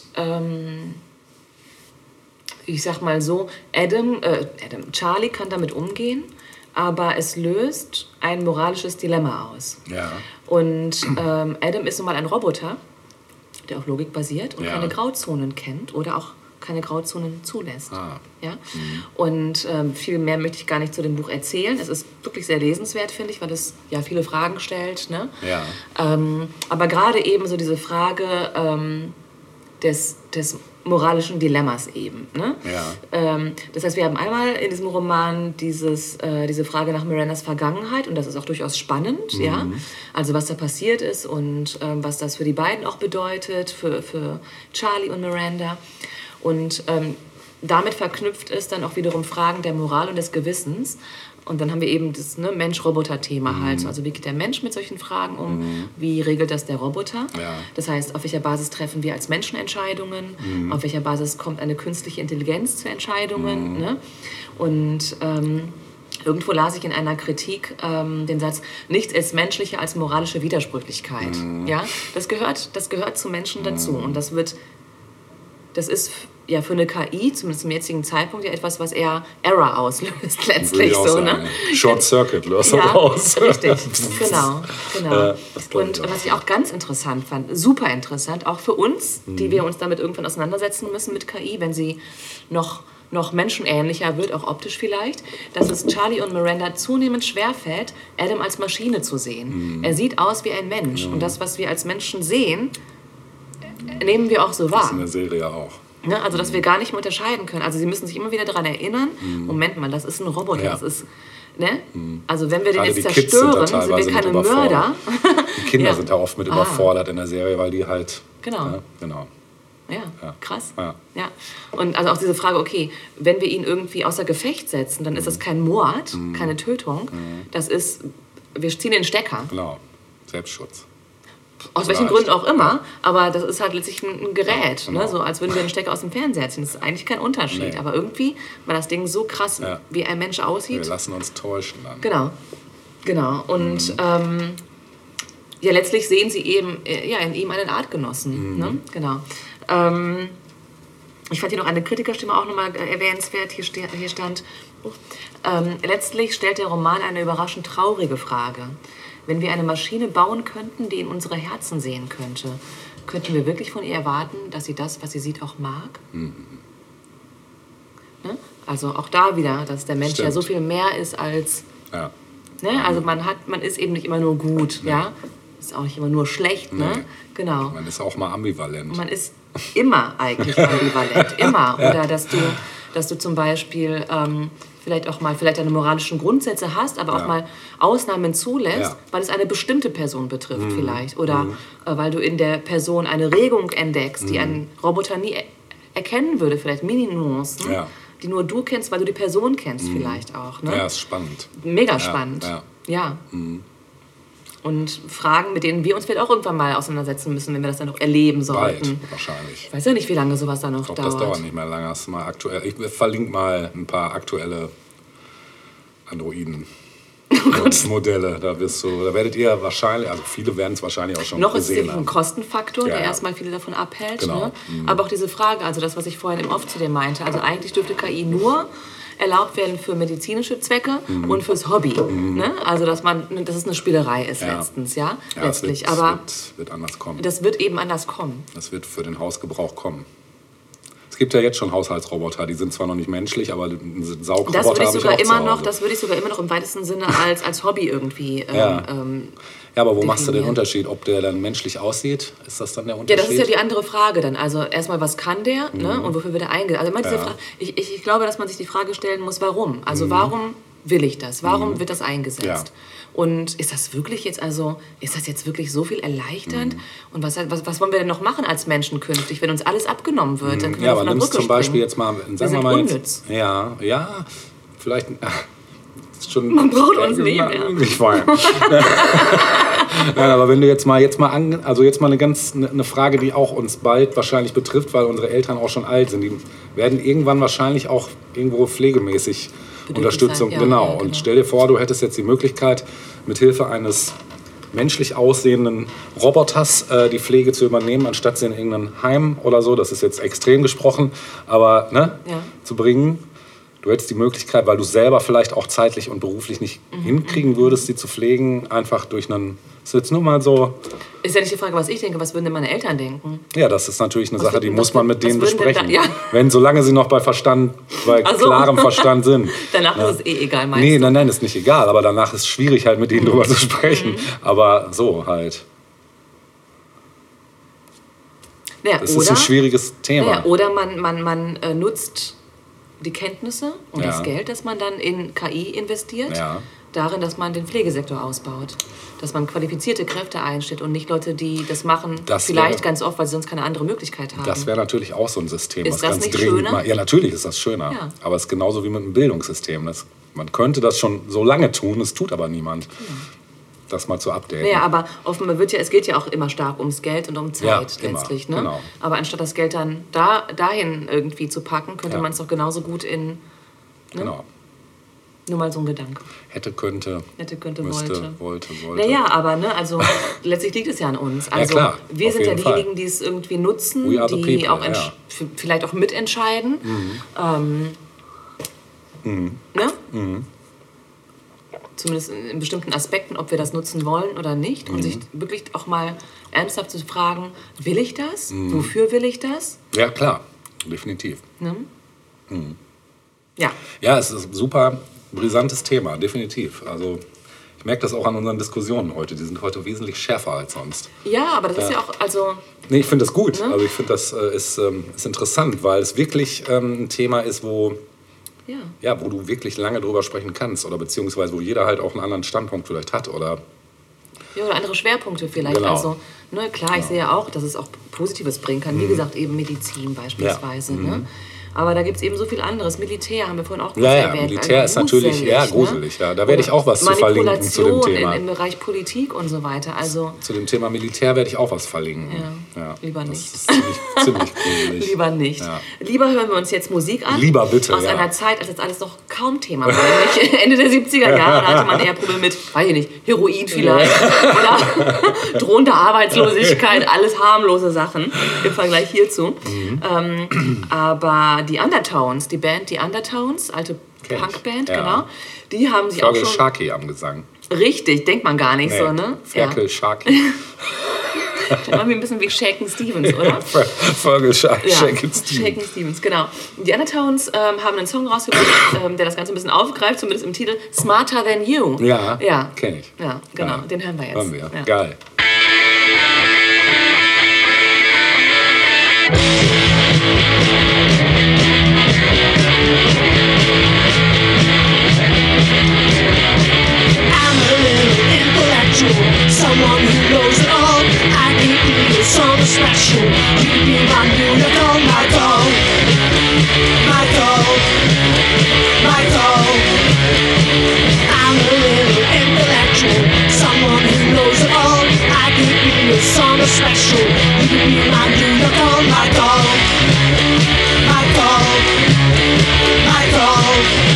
ich sag mal so, Charlie kann damit umgehen, aber es löst ein moralisches Dilemma aus. Ja. Und Adam ist nun mal ein Roboter, der auf Logik basiert und keine Grauzonen kennt oder auch keine Grauzonen zulässt. Ja? Und viel mehr möchte ich gar nicht zu dem Buch erzählen. Es ist wirklich sehr lesenswert, finde ich, weil es viele Fragen stellt. Ne? Ja. Aber gerade eben so diese Frage des moralischen Dilemmas eben. Ne? Ja. Das heißt, wir haben einmal in diesem Roman diese Frage nach Mirandas Vergangenheit, und das ist auch durchaus spannend, ja. Also was da passiert ist und was das für die beiden auch bedeutet, für Charlie und Miranda. Und damit verknüpft ist dann auch wiederum Fragen der Moral und des Gewissens. Und dann haben wir eben das Mensch-Roboter-Thema halt. Also wie geht der Mensch mit solchen Fragen um? Wie regelt das der Roboter? Ja. Das heißt, auf welcher Basis treffen wir als Menschen Entscheidungen? Auf welcher Basis kommt eine künstliche Intelligenz zu Entscheidungen? Ne? Und irgendwo las ich in einer Kritik den Satz, nichts ist menschlicher als moralische Widersprüchlichkeit. Ja? Das gehört zu Menschen dazu. Und das ist für eine KI, zumindest zum jetzigen Zeitpunkt, etwas, was eher Error auslöst, letztlich so. Ne? Short Circuit löst raus. Richtig, genau. Und was ich auch ganz interessant fand, super interessant, auch für uns, die wir uns damit irgendwann auseinandersetzen müssen mit KI, wenn sie noch menschenähnlicher wird, auch optisch vielleicht, dass es Charlie und Miranda zunehmend schwerfällt, Adam als Maschine zu sehen. Er sieht aus wie ein Mensch. Und das, was wir als Menschen sehen, nehmen wir auch so wahr. Das ist in der Serie auch. Ne? Also, dass wir gar nicht mehr unterscheiden können. Also, sie müssen sich immer wieder daran erinnern, Moment mal, das ist ein Roboter, das ist... Ne? Also, wenn wir den jetzt zerstören, sind wir keine Mörder. Die Kinder sind da oft mit überfordert in der Serie, weil die halt... Genau. Ja, krass. Ja. Ja. Und also auch diese Frage, okay, wenn wir ihn irgendwie außer Gefecht setzen, dann ist das kein Mord, keine Tötung. Das ist, wir ziehen den Stecker. Genau, Selbstschutz. Aus welchen Gründen auch immer, aber das ist halt letztlich ein Gerät, genau. Ne? So als würden wir einen Stecker aus dem Fernseher ziehen. Das ist eigentlich kein Unterschied, aber irgendwie, weil das Ding so krass wie ein Mensch aussieht. Wir lassen uns täuschen dann. Genau. Und letztlich sehen sie eben in ihm einen Artgenossen. Ne? Genau. Ich fand hier noch eine Kritikerstimme auch nochmal erwähnenswert. Hier stand, letztlich stellt der Roman eine überraschend traurige Frage. Wenn wir eine Maschine bauen könnten, die in unsere Herzen sehen könnte, könnten wir wirklich von ihr erwarten, dass sie das, was sie sieht, auch mag? Ne? Also auch da wieder, dass der Mensch ja so viel mehr ist als... Ja. Ne? Also man ist eben nicht immer nur gut, ja? Ist auch nicht immer nur schlecht, ne? Genau. Man ist auch mal ambivalent. Man ist immer eigentlich ambivalent, immer. Oder dass du zum Beispiel vielleicht deine moralischen Grundsätze hast, aber auch mal Ausnahmen zulässt, weil es eine bestimmte Person betrifft vielleicht. Oder weil du in der Person eine Regung entdeckst, die ein Roboter nie erkennen würde, vielleicht Mini-Nuancen, die nur du kennst, weil du die Person kennst vielleicht auch. Ne? Ja, ist spannend. Mega spannend. Ja. Und Fragen, mit denen wir uns vielleicht auch irgendwann mal auseinandersetzen müssen, wenn wir das dann noch erleben sollten. Bald, wahrscheinlich. Ich weiß ja nicht, wie lange sowas da noch Ich glaube, dauert. das dauert nicht mehr lange. Das ist mal aktuell. Ich verlinke mal ein paar aktuelle Androiden-Modelle. Da werdet ihr wahrscheinlich, also viele werden es wahrscheinlich auch schon noch ist es gesehen ein haben. Kostenfaktor, der erstmal viele davon abhält. Genau. Ne? Aber auch diese Frage, also das, was ich vorhin im Off zu dir meinte, also eigentlich dürfte KI nur erlaubt werden für medizinische Zwecke und fürs Hobby. Ne? Also dass es eine Spielerei ist letztens, letztlich. Das aber wird anders kommen. das wird eben anders kommen. Das wird für den Hausgebrauch kommen. Es gibt ja jetzt schon Haushaltsroboter, die sind zwar noch nicht menschlich, aber einen Saugroboter habe ich auch zu Hause. Das würde ich sogar immer noch im weitesten Sinne als Hobby irgendwie Ja, aber wo machst du den definieren. Unterschied? Ob der dann menschlich aussieht? Ist das dann der Ja, Unterschied? das ist ja die andere Frage dann. Also erstmal, was kann der ne? Und wofür wird er eingesetzt? Also immer diese Frage, ich glaube, dass man sich die Frage stellen muss, warum? Also warum will ich das? Warum wird das eingesetzt? Ja. Und ist das jetzt wirklich so viel erleichternd? Und was wollen wir denn noch machen als Menschen künftig, wenn uns alles abgenommen wird? Dann können wir Ja, aber von der nimmst Brücke zum Beispiel springen. jetzt mal, Wir sagen sind wir mal unnütz. jetzt, ja, vielleicht ist schon. Man braucht uns nie mehr. Ich weiß. Nein, aber wenn du jetzt mal eine Frage, die auch uns bald wahrscheinlich betrifft, weil unsere Eltern auch schon alt sind, die werden irgendwann wahrscheinlich auch irgendwo pflegemäßig Unterstützung, sein. genau. Ja, Und stell dir vor, du hättest jetzt die Möglichkeit, mit Hilfe eines menschlich aussehenden Roboters die Pflege zu übernehmen, anstatt sie in irgendein Heim oder so, das ist jetzt extrem gesprochen, aber zu bringen. Du hättest die Möglichkeit, weil du selber vielleicht auch zeitlich und beruflich nicht hinkriegen würdest, sie zu pflegen, einfach durch einen, das ist jetzt nur mal so. Ist ja nicht die Frage, was ich denke, was würden denn meine Eltern denken? Ja, das ist natürlich eine Sache, die würden- muss man mit was denen würden denn besprechen. da- ja. Solange sie noch bei Ach so. klarem Verstand sind. Danach ist es egal, meinst Nee, du? nein, ist nicht egal, aber danach ist es schwierig, halt mit denen drüber zu sprechen. Aber so halt. Naja, Das ist ein schwieriges Thema. Naja, oder man nutzt die Kenntnisse und Ja. das Geld, das man dann in KI investiert, Ja. darin, dass man den Pflegesektor ausbaut. Dass man qualifizierte Kräfte einstellt und nicht Leute, die das machen, Das vielleicht wäre- ganz oft, weil sie sonst keine andere Möglichkeit haben. Das wäre natürlich auch so ein System, Ist was das ganz nicht dringend schöner? mal. Ja, natürlich ist das schöner. Ja. Aber es ist genauso wie mit einem Bildungssystem. Man könnte das schon so lange tun, es tut aber niemand. Das mal zu updaten. Naja, aber offenbar es geht ja auch immer stark ums Geld und um Zeit immer, letztlich. Ne? genau. Aber anstatt das Geld dann dahin irgendwie zu packen, könnte Ja. man es doch genauso gut in, Genau. nur mal so ein Gedanke. Hätte, könnte, müsste, wollte. Naja, aber also letztlich liegt es ja an uns. Also klar, wir auf sind ja jeden Fall. diejenigen, die es irgendwie nutzen, We are the die people, auch ja. vielleicht auch mitentscheiden. Ne? Zumindest in bestimmten Aspekten, ob wir das nutzen wollen oder nicht. Und sich wirklich auch mal ernsthaft zu fragen, will ich das? Wofür will ich das? Ja, klar. Definitiv. Ja. Ja, es ist ein super brisantes Thema, definitiv. Also ich merke das auch an unseren Diskussionen heute. Die sind heute wesentlich schärfer als sonst. Ja, aber das ist ja auch, Nee, ich finde das gut. Ne? Also ich finde das ist interessant, weil es wirklich ein Thema ist, wo du wirklich lange drüber sprechen kannst oder beziehungsweise wo jeder halt auch einen anderen Standpunkt vielleicht hat oder oder andere Schwerpunkte vielleicht. Genau. Also, klar, ich sehe ja auch, dass es auch Positives bringen kann. Wie gesagt, eben Medizin beispielsweise. Ne? Aber da gibt es eben so viel anderes. Militär haben wir vorhin auch kurz erwähnt. Militär ist natürlich gruselig. Ja, da werde ich auch was zu verlinken zu dem Thema. Im Bereich Politik und so weiter. Also Zu dem Thema Militär werde ich auch was verlinken. Ja, lieber das nicht. ist ziemlich gruselig. lieber nicht. Ja. Lieber hören wir uns jetzt Musik an. Lieber bitte, Aus ja. einer Zeit, als das alles noch kaum Thema war. Nämlich Ende der 70er Jahre, da hatte man eher Probleme mit, weiß ich nicht, Heroin vielleicht. Oder drohende Arbeitslosigkeit, alles harmlose Sachen im Vergleich hierzu. Aber die Undertones, die Band Die Undertones, alte Kenn ich. Punkband, Ja. genau, die haben sich auch Fergal schon... Sharkey am Gesang. Richtig, denkt man gar nicht so, ne? Fergal Sharkey. Irgendwie ein bisschen wie Shakin' Stevens, oder? Folge Shakin' Stevens. Shakin' Stevens, genau. Die Undertones haben einen Song rausgebracht, der das Ganze ein bisschen aufgreift, zumindest im Titel Smarter Than You. Ja, kenn ich. Ja, genau, den hören wir jetzt. Hören wir, ja. Geil. Someone who knows it all. I can be someone special. You be my new doll, my doll, my doll, my doll. I'm a little intellectual. Someone who knows it all. I can be someone special. You be my new doll, my doll, my doll, my doll.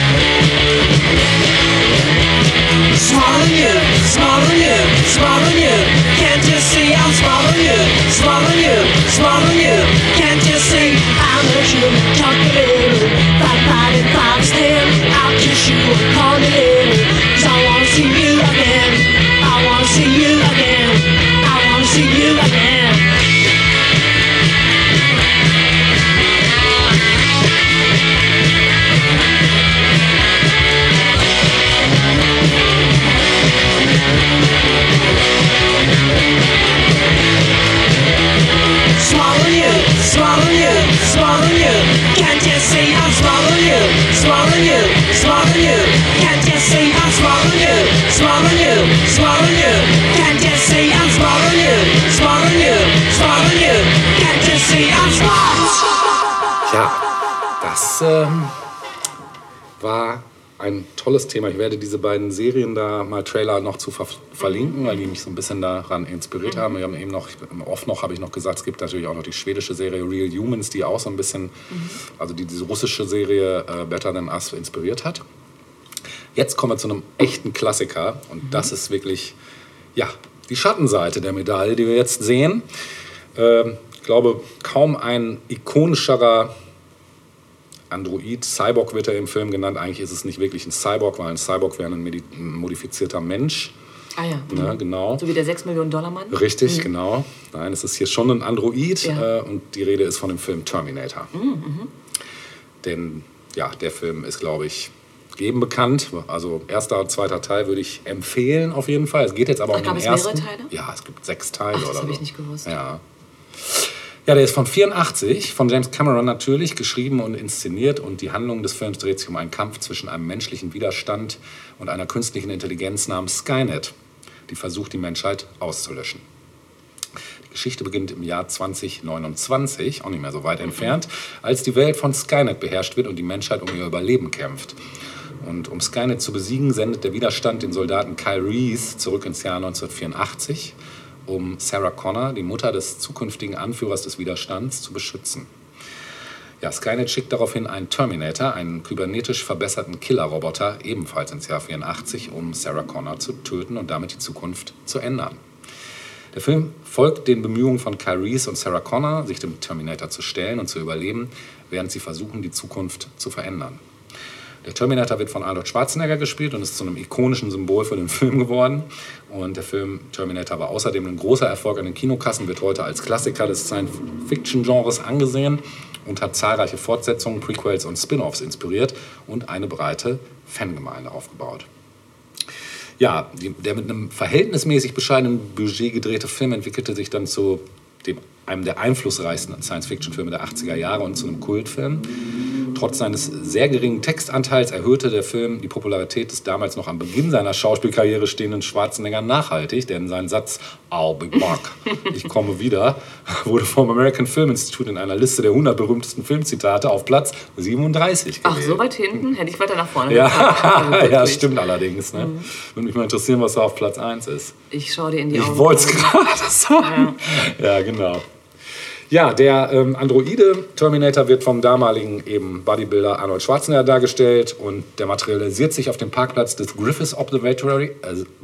Smaller than you, smaller than you, smaller than you. Can't you see I'm smaller than you, smaller than you, smaller than you. Can't you see I'm a human calculator? 5 and 5 is 10. I'll kiss you and call me later. 'Cause I wanna see you again. I wanna see you again. I wanna see you again. Smaller than you, smaller than you, smaller than you. Can't you see I'm smaller than you, smaller than you, smaller than you. Can't you see I'm smaller than you, smaller than you, smaller than you. Can't you see I'm smaller than you, smaller than you, smaller than you. Can't you see I'm small? Ja, das war ein tolles Thema. Ich werde diese beiden Serien da mal Trailer noch zu verlinken, weil die mich so ein bisschen daran inspiriert haben. Wir haben eben noch, habe ich noch gesagt, es gibt natürlich auch noch die schwedische Serie Real Humans, die auch so ein bisschen, also diese russische Serie Better Than Us inspiriert hat. Jetzt kommen wir zu einem echten Klassiker und das ist wirklich, ja, die Schattenseite der Medaille, die wir jetzt sehen. Ich glaube, kaum ein ikonischerer Android, Cyborg wird er im Film genannt. Eigentlich ist es nicht wirklich ein Cyborg, weil ein Cyborg wäre ein modifizierter Mensch. Ah ja. Ja, genau. So wie der 6 Millionen Dollar Mann? Richtig, genau. Nein, es ist hier schon ein Android und die Rede ist von dem Film Terminator. Denn ja, der Film ist, glaube ich, jedem bekannt. Also erster und zweiter Teil würde ich empfehlen auf jeden Fall. Es geht jetzt aber um den ersten. Gab es mehrere Teile? Ja, es gibt 6 Teile oder so. Das habe ich nicht gewusst. Ja, der ist von 84, von James Cameron natürlich, geschrieben und inszeniert. Und die Handlung des Films dreht sich um einen Kampf zwischen einem menschlichen Widerstand und einer künstlichen Intelligenz namens Skynet, die versucht, die Menschheit auszulöschen. Die Geschichte beginnt im Jahr 2029, auch nicht mehr so weit entfernt, als die Welt von Skynet beherrscht wird und die Menschheit um ihr Überleben kämpft. Und um Skynet zu besiegen, sendet der Widerstand den Soldaten Kyle Reese zurück ins Jahr 1984, um Sarah Connor, die Mutter des zukünftigen Anführers des Widerstands, zu beschützen. Ja, Skynet schickt daraufhin einen Terminator, einen kybernetisch verbesserten Killerroboter, ebenfalls ins Jahr 84, um Sarah Connor zu töten und damit die Zukunft zu ändern. Der Film folgt den Bemühungen von Kyle Reese und Sarah Connor, sich dem Terminator zu stellen und zu überleben, während sie versuchen, die Zukunft zu verändern. Der Terminator wird von Arnold Schwarzenegger gespielt und ist zu einem ikonischen Symbol für den Film geworden. Und der Film Terminator war außerdem ein großer Erfolg an den Kinokassen, wird heute als Klassiker des Science-Fiction-Genres angesehen und hat zahlreiche Fortsetzungen, Prequels und Spin-offs inspiriert und eine breite Fangemeinde aufgebaut. Ja, der mit einem verhältnismäßig bescheidenen Budget gedrehte Film entwickelte sich dann zu einem der einflussreichsten Science-Fiction-Filme der 80er Jahre und zu einem Kultfilm. Trotz seines sehr geringen Textanteils erhöhte der Film die Popularität des damals noch am Beginn seiner Schauspielkarriere stehenden Schwarzenegger nachhaltig, denn sein Satz "I'll be back", ich komme wieder, wurde vom American Film Institute in einer Liste der 100 berühmtesten Filmzitate auf Platz 37 gewählt. Ach, so weit hinten? Hätte ich weiter nach vorne Ja, ja, stimmt allerdings. Ne? Würde mich mal interessieren, was da auf Platz 1 ist. Ich schaue dir in die Augen. Ich wollte es gerade sagen. Ja, genau. Ja, der Androide Terminator wird vom damaligen eben Bodybuilder Arnold Schwarzenegger dargestellt und der materialisiert sich auf dem Parkplatz des Griffith Observatory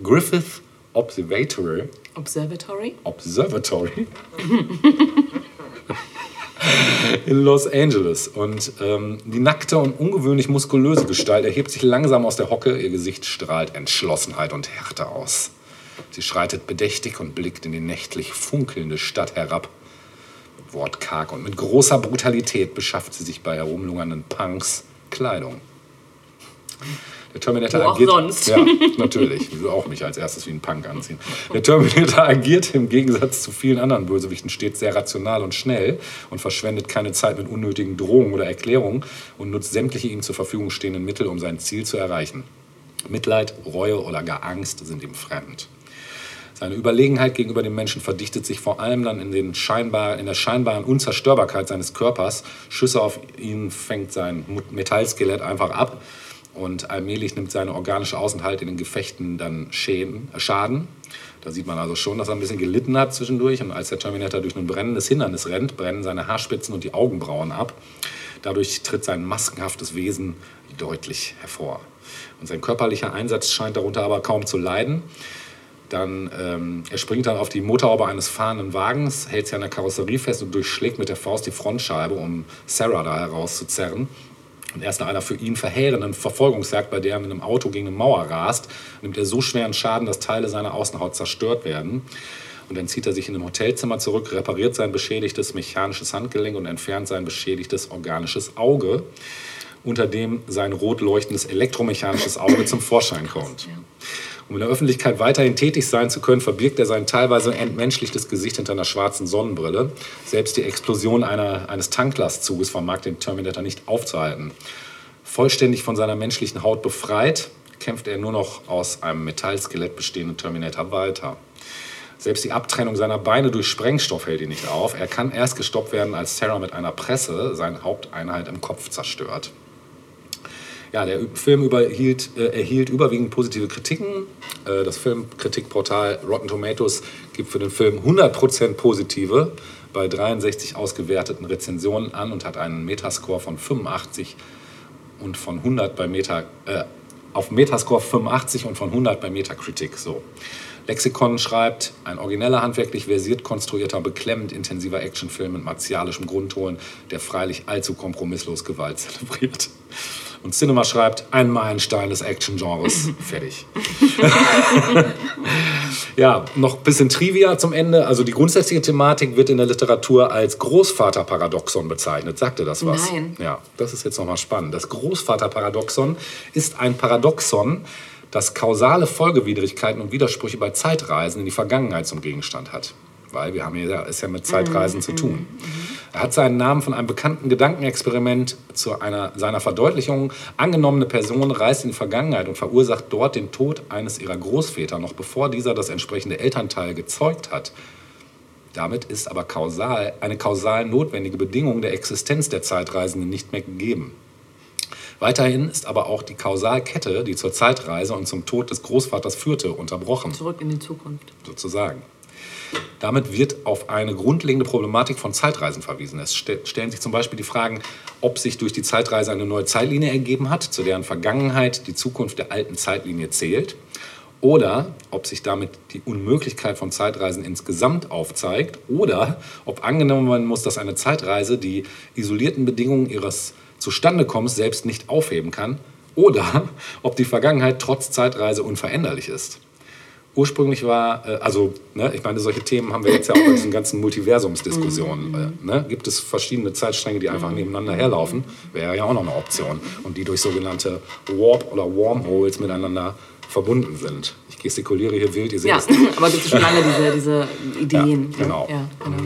in Los Angeles. Und die nackte und ungewöhnlich muskulöse Gestalt erhebt sich langsam aus der Hocke. Ihr Gesicht strahlt Entschlossenheit und Härte aus. Sie schreitet bedächtig und blickt in die nächtlich funkelnde Stadt herab. Wortkarg und mit großer Brutalität beschafft sie sich bei herumlungernden Punks Kleidung. Der Terminator Wo auch agiert, sonst. Ja, natürlich. Ich will auch mich als erstes wie ein Punk anziehen. Der Terminator agiert im Gegensatz zu vielen anderen Bösewichten stets sehr rational und schnell und verschwendet keine Zeit mit unnötigen Drohungen oder Erklärungen und nutzt sämtliche ihm zur Verfügung stehenden Mittel, um sein Ziel zu erreichen. Mitleid, Reue oder gar Angst sind ihm fremd. Seine Überlegenheit gegenüber dem Menschen verdichtet sich vor allem dann in der scheinbaren Unzerstörbarkeit seines Körpers. Schüsse auf ihn fängt sein Metallskelett einfach ab und allmählich nimmt seine organische Außenhalt in den Gefechten dann Schaden. Da sieht man also schon, dass er ein bisschen gelitten hat zwischendurch. Und als der Terminator durch ein brennendes Hindernis rennt, brennen seine Haarspitzen und die Augenbrauen ab. Dadurch tritt sein maskenhaftes Wesen deutlich hervor. Und sein körperlicher Einsatz scheint darunter aber kaum zu leiden. Er springt dann auf die Motorhaube eines fahrenden Wagens, hält sich an der Karosserie fest und durchschlägt mit der Faust die Frontscheibe, um Sarah da herauszuzerren. Und erst nach einer für ihn verheerenden Verfolgungsjagd, bei der er mit einem Auto gegen eine Mauer rast, nimmt er so schweren Schaden, dass Teile seiner Außenhaut zerstört werden. Und dann zieht er sich in ein Hotelzimmer zurück, repariert sein beschädigtes mechanisches Handgelenk und entfernt sein beschädigtes organisches Auge, unter dem sein rot leuchtendes elektromechanisches Auge zum Vorschein kommt. Um in der Öffentlichkeit weiterhin tätig sein zu können, verbirgt er sein teilweise entmenschlichtes Gesicht hinter einer schwarzen Sonnenbrille. Selbst die Explosion eines Tanklastzuges vermag den Terminator nicht aufzuhalten. Vollständig von seiner menschlichen Haut befreit, kämpft er nur noch aus einem Metallskelett bestehenden Terminator weiter. Selbst die Abtrennung seiner Beine durch Sprengstoff hält ihn nicht auf. Er kann erst gestoppt werden, als Sarah mit einer Presse seine Haupteinheit im Kopf zerstört. Ja, der Film erhielt überwiegend positive Kritiken. Das Filmkritikportal Rotten Tomatoes gibt für den Film 100% positive bei 63 ausgewerteten Rezensionen an und hat einen Metascore von 85 und von 100 bei auf Metascore 85 und von 100 bei Metacritic. So. Lexikon schreibt, ein origineller, handwerklich versiert konstruierter, beklemmend intensiver Actionfilm mit martialischem Grundton, der freilich allzu kompromisslos Gewalt zelebriert. Und Cinema schreibt, ein Meilenstein des Action-Genres. Fertig. Ja, noch ein bisschen Trivia zum Ende. Also die grundsätzliche Thematik wird in der Literatur als Großvaterparadoxon bezeichnet. Sagt ihr das was? Nein. Ja, das ist jetzt nochmal spannend. Das Großvaterparadoxon ist ein Paradoxon, das kausale Folgewidrigkeiten und Widersprüche bei Zeitreisen in die Vergangenheit zum Gegenstand hat. Weil wir haben es ja mit Zeitreisen zu tun. Er hat seinen Namen von einem bekannten Gedankenexperiment zu seiner Verdeutlichung. Angenommene Person reist in die Vergangenheit und verursacht dort den Tod eines ihrer Großväter, noch bevor dieser das entsprechende Elternteil gezeugt hat. Damit ist aber eine kausal notwendige Bedingung der Existenz der Zeitreisenden nicht mehr gegeben. Weiterhin ist aber auch die Kausalkette, die zur Zeitreise und zum Tod des Großvaters führte, unterbrochen. Zurück in die Zukunft. Sozusagen. Damit wird auf eine grundlegende Problematik von Zeitreisen verwiesen. Es stellen sich zum Beispiel die Fragen, ob sich durch die Zeitreise eine neue Zeitlinie ergeben hat, zu deren Vergangenheit die Zukunft der alten Zeitlinie zählt, oder ob sich damit die Unmöglichkeit von Zeitreisen insgesamt aufzeigt, oder ob angenommen werden muss, dass eine Zeitreise die isolierten Bedingungen ihres Zustandekommens selbst nicht aufheben kann, oder ob die Vergangenheit trotz Zeitreise unveränderlich ist. Ursprünglich war, ich meine, solche Themen haben wir jetzt ja auch bei diesen ganzen Multiversumsdiskussionen. Gibt es verschiedene Zeitstränge, die einfach nebeneinander herlaufen, wäre ja auch noch eine Option. Und die durch sogenannte Warp- oder Wormholes miteinander verbunden sind. Ich gestikuliere hier wild, ihr seht es nicht. Aber gibt es schon lange diese Ideen. Ja, genau. Ja, genau.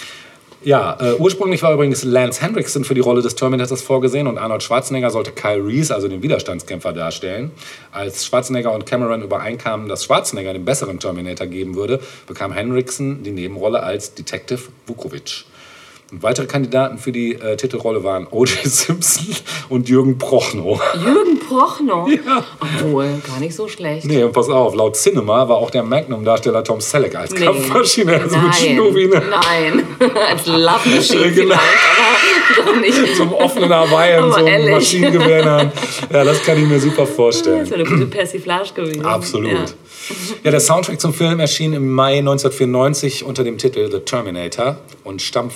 Ja, ursprünglich war übrigens Lance Henriksen für die Rolle des Terminators vorgesehen und Arnold Schwarzenegger sollte Kyle Reese, also den Widerstandskämpfer, darstellen. Als Schwarzenegger und Cameron übereinkamen, dass Schwarzenegger den besseren Terminator geben würde, bekam Henriksen die Nebenrolle als Detective Vukovic. Und weitere Kandidaten für die Titelrolle waren O.J. Simpson und Jürgen Prochnow. Jürgen Prochnow? Ja. Obwohl, gar nicht so schlecht. Nee, und pass auf, laut Cinema war auch der Magnum-Darsteller Tom Selleck als Kampfmaschine, also mit Schnurrbine. Nein, als Love Machine Genau. vielleicht, aber doch nicht. Zum offenen Hawaii und Aber so ehrlich. Maschinengewehr. Ja, das kann ich mir super vorstellen. Das wäre eine gute Persiflage gewesen. Absolut. Ja. Ja, der Soundtrack zum Film erschien im Mai 1994 unter dem Titel The Terminator und stammt von Brad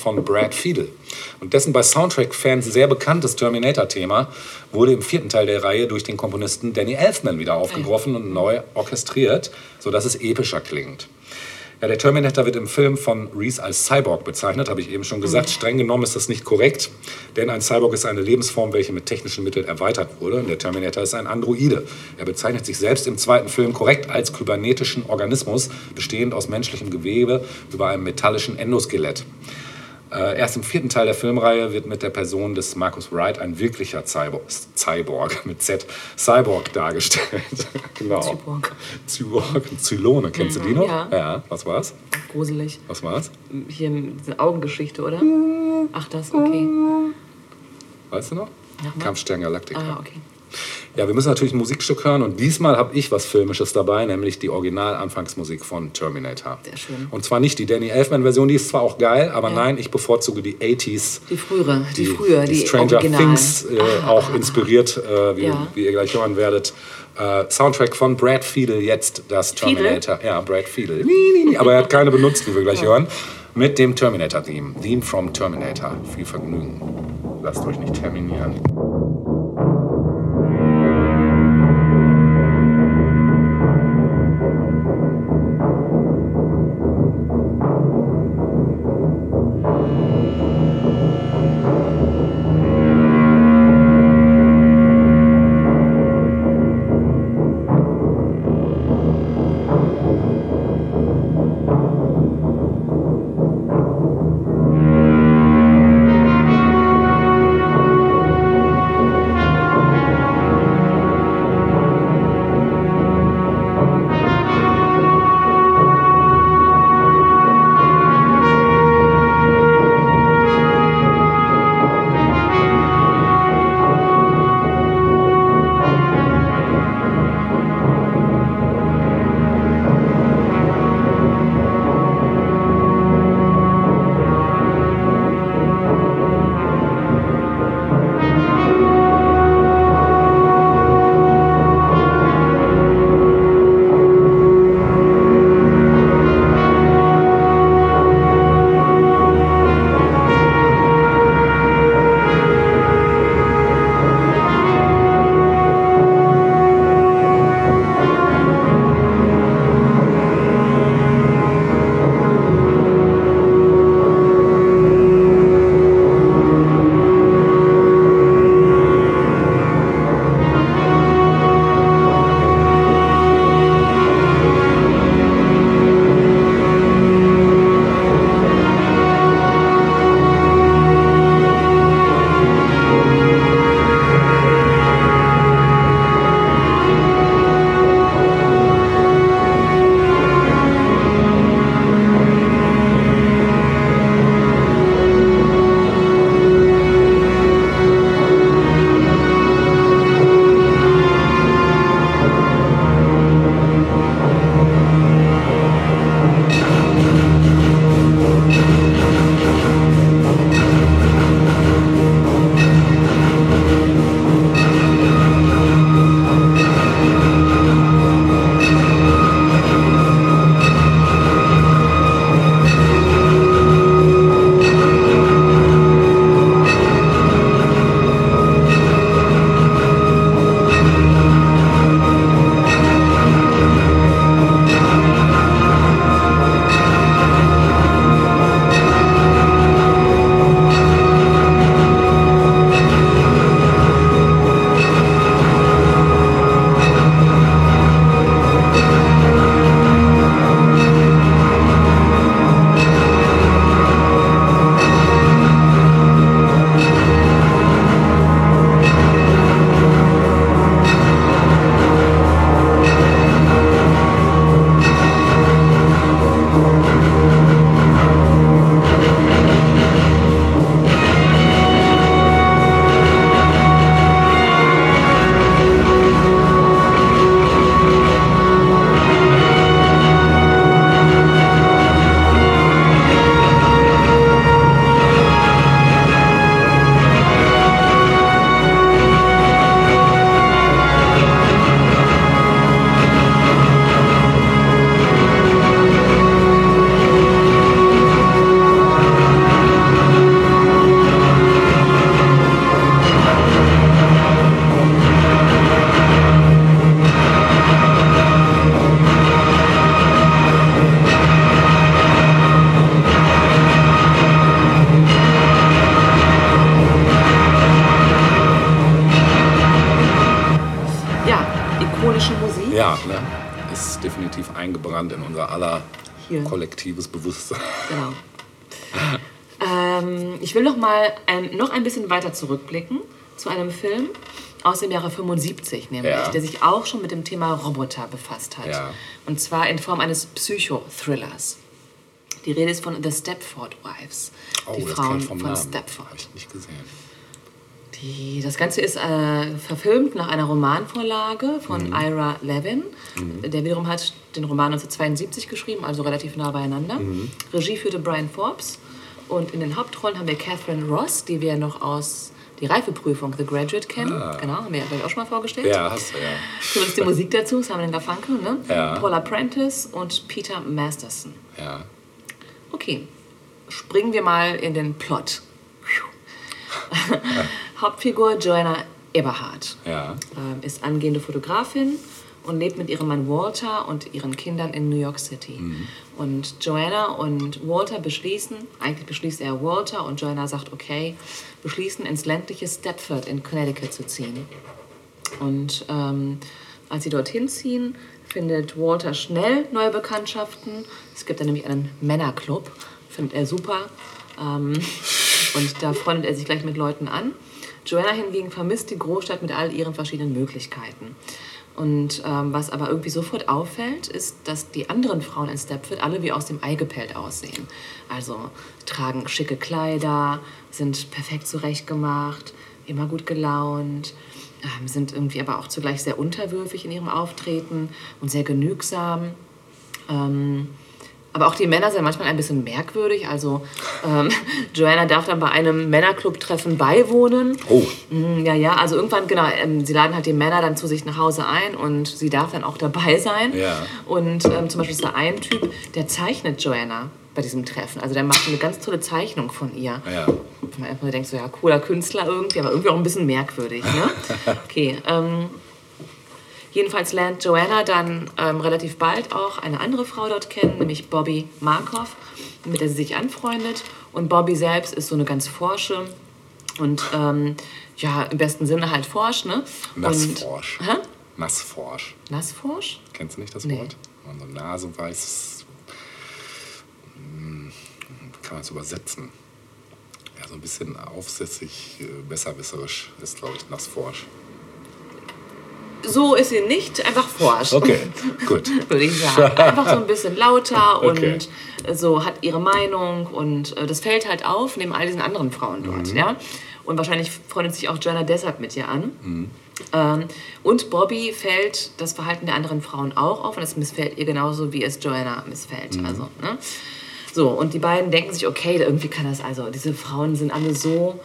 Brad Fiedel. Und dessen bei Soundtrack-Fans sehr bekanntes Terminator-Thema wurde im 4. Teil der Reihe durch den Komponisten Danny Elfman wieder aufgegriffen und neu orchestriert, sodass es epischer klingt. Ja, der Terminator wird im Film von Reese als Cyborg bezeichnet, habe ich eben schon gesagt. Streng genommen ist das nicht korrekt, denn ein Cyborg ist eine Lebensform, welche mit technischen Mitteln erweitert wurde. Und der Terminator ist ein Androide. Er bezeichnet sich selbst im 2. Film korrekt als kybernetischen Organismus, bestehend aus menschlichem Gewebe über einem metallischen Endoskelett. Erst im 4. Teil der Filmreihe wird mit der Person des Marcus Wright ein wirklicher Cyborg mit Z, Cyborg dargestellt. Genau. Cyborg. Zylone, kennst du die noch? Ja. Ja, was war's? Gruselig. Was war's? Hier diese Augengeschichte, oder? Ach, das, okay. Weißt du noch? Nochmal? Kampfstern Galactica. Ah, okay. Ja, wir müssen natürlich ein Musikstück hören und diesmal habe ich was Filmisches dabei, nämlich die Original-Anfangsmusik von Terminator. Sehr schön. Und zwar nicht die Danny Elfman-Version, die ist zwar auch geil, aber nein, ich bevorzuge die 80s. Die frühere, die Stranger Originalen. Things auch inspiriert, wie ihr gleich hören werdet. Soundtrack von Brad Fiedel, jetzt das Terminator. Ja, Brad Fiedel. Aber er hat keine benutzt, die wir gleich hören. Mit dem Terminator-Theme. Theme from Terminator. Viel Vergnügen. Lasst euch nicht terminieren. eingebrannt in unser aller Hier. kollektives Bewusstsein. Genau. Ich will noch mal noch ein bisschen weiter zurückblicken zu einem Film aus dem Jahre 75, nämlich, Ja. der sich auch schon mit dem Thema Roboter befasst hat. Ja. Und zwar in Form eines Psychothrillers. Die Rede ist von The Stepford Wives. Oh, die das Frauen klingt vom von Namen. Stepford. Habe ich nicht gesehen. Das Ganze ist verfilmt nach einer Romanvorlage von Ira Levin. Der wiederum hat den Roman 1972 geschrieben, also relativ nah beieinander. Regie führte Brian Forbes. Und in den Hauptrollen haben wir Catherine Ross, die wir noch aus die Reifeprüfung The Graduate kennen. Genau, haben wir ja, glaube ich, auch schon mal vorgestellt. Ja, hast du, ja. Für uns die Musik dazu, Simon Garfunkel, ne? Ja. Paula Prentice und Peter Masterson. Ja. Okay, springen wir mal in den Plot. Hauptfigur Joanna Eberhardt Ja. ist angehende Fotografin und lebt mit ihrem Mann Walter und ihren Kindern in New York City. Und Joanna und Walter eigentlich beschließt er Walter und Joanna sagt okay, beschließen ins ländliche Stepford in Connecticut zu ziehen. Und als sie dorthin ziehen, findet Walter schnell neue Bekanntschaften. Es gibt da nämlich einen Männerclub, findet er super. Und da freundet er sich gleich mit Leuten an. Joanna hingegen vermisst die Großstadt mit all ihren verschiedenen Möglichkeiten. Und was aber irgendwie sofort auffällt, ist, dass die anderen Frauen in Stepford alle wie aus dem Ei gepellt aussehen. Also tragen schicke Kleider, sind perfekt zurechtgemacht, immer gut gelaunt, sind irgendwie aber auch zugleich sehr unterwürfig in ihrem Auftreten und sehr genügsam. Aber auch die Männer sind manchmal ein bisschen merkwürdig. Also Joanna darf dann bei einem Männerclub-Treffen beiwohnen. Oh. Ja, also irgendwann, genau, sie laden halt die Männer dann zu sich nach Hause ein und sie darf dann auch dabei sein. Ja. Und zum Beispiel ist da ein Typ, der zeichnet Joanna bei diesem Treffen. Also der macht eine ganz tolle Zeichnung von ihr. Ja. Und man einfach denkt so, ja, cooler Künstler irgendwie, aber irgendwie auch ein bisschen merkwürdig, ne? Okay, jedenfalls lernt Joanna dann relativ bald auch eine andere Frau dort kennen, nämlich Bobby Markov, mit der sie sich anfreundet. Und Bobby selbst ist so eine ganz forsche und ja, im besten Sinne halt forsch, ne? Nassforsch. Hä? Nassforsch. Nassforsch? Kennst du nicht das Nee. Wort? Wenn man so nasenweißes. Kann man es übersetzen? Ja, so ein bisschen aufsässig, besserwisserisch ist, glaube ich, Nassforsch. So ist sie nicht, einfach forsch. Okay, gut. Würde ich sagen. Einfach so ein bisschen lauter Okay. und so hat ihre Meinung und das fällt halt auf neben all diesen anderen Frauen dort. Ja? Und wahrscheinlich freundet sich auch Joanna deshalb mit ihr an. Und Bobby fällt das Verhalten der anderen Frauen auch auf und es missfällt ihr genauso, wie es Joanna missfällt. Also, ne? So, und die beiden denken sich, okay, irgendwie kann das, also diese Frauen sind alle so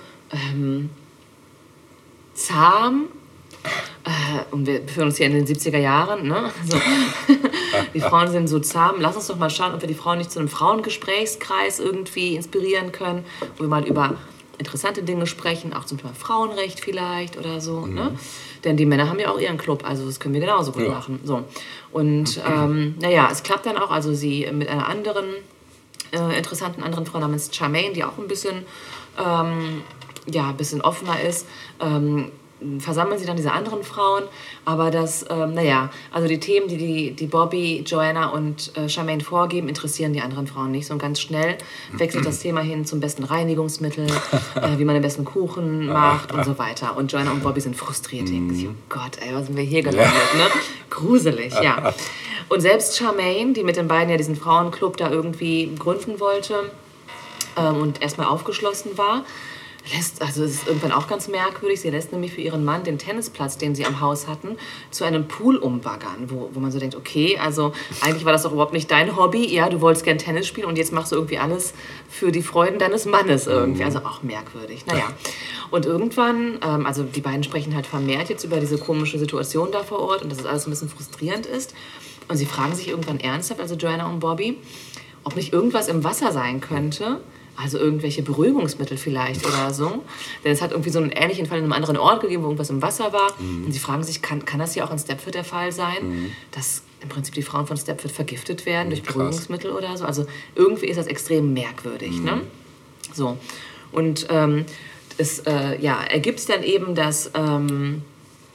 zahm. Und wir befinden uns hier in den 70er Jahren. Ne? Also, die Frauen sind so zahm. Lass uns doch mal schauen, ob wir die Frauen nicht zu einem Frauengesprächskreis irgendwie inspirieren können, wo wir mal über interessante Dinge sprechen, auch zum Thema Frauenrecht vielleicht oder so. Ne? Denn die Männer haben ja auch ihren Club, also das können wir genauso gut machen. So. Und naja, es klappt dann auch, also sie mit einer anderen interessanten anderen Frau namens Charmaine, die auch ein bisschen, ein bisschen offener ist, versammeln sie dann diese anderen Frauen, aber das, also die Themen, die Bobby, Joanna und Charmaine vorgeben, interessieren die anderen Frauen nicht. So ganz schnell wechselt das Thema hin zum besten Reinigungsmittel, wie man den besten Kuchen macht und so weiter. Und Joanna und Bobby sind frustriert. Denken sich, oh Gott, ey, was sind wir hier gelandet, ne? Gruselig, ja. Und selbst Charmaine, die mit den beiden ja diesen Frauenclub da irgendwie gründen wollte und erstmal aufgeschlossen war, also es ist irgendwann auch ganz merkwürdig, sie lässt nämlich für ihren Mann den Tennisplatz, den sie am Haus hatten, zu einem Pool umbaggern, wo man so denkt, okay, also eigentlich war das doch überhaupt nicht dein Hobby, ja, du wolltest gern Tennis spielen und jetzt machst du irgendwie alles für die Freuden deines Mannes irgendwie, also auch merkwürdig, naja. Und irgendwann, also die beiden sprechen halt vermehrt jetzt über diese komische Situation da vor Ort und dass es alles ein bisschen frustrierend ist und sie fragen sich irgendwann ernsthaft, also Joanna und Bobby, ob nicht irgendwas im Wasser sein könnte, also irgendwelche Beruhigungsmittel vielleicht oder so. Denn es hat irgendwie so einen ähnlichen Fall in einem anderen Ort gegeben, wo irgendwas im Wasser war. Und sie fragen sich, kann das hier auch in Stepford der Fall sein, dass im Prinzip die Frauen von Stepford vergiftet werden durch Beruhigungsmittel oder so. Also irgendwie ist das extrem merkwürdig. Ne? So. Und es ergibt dann eben, dass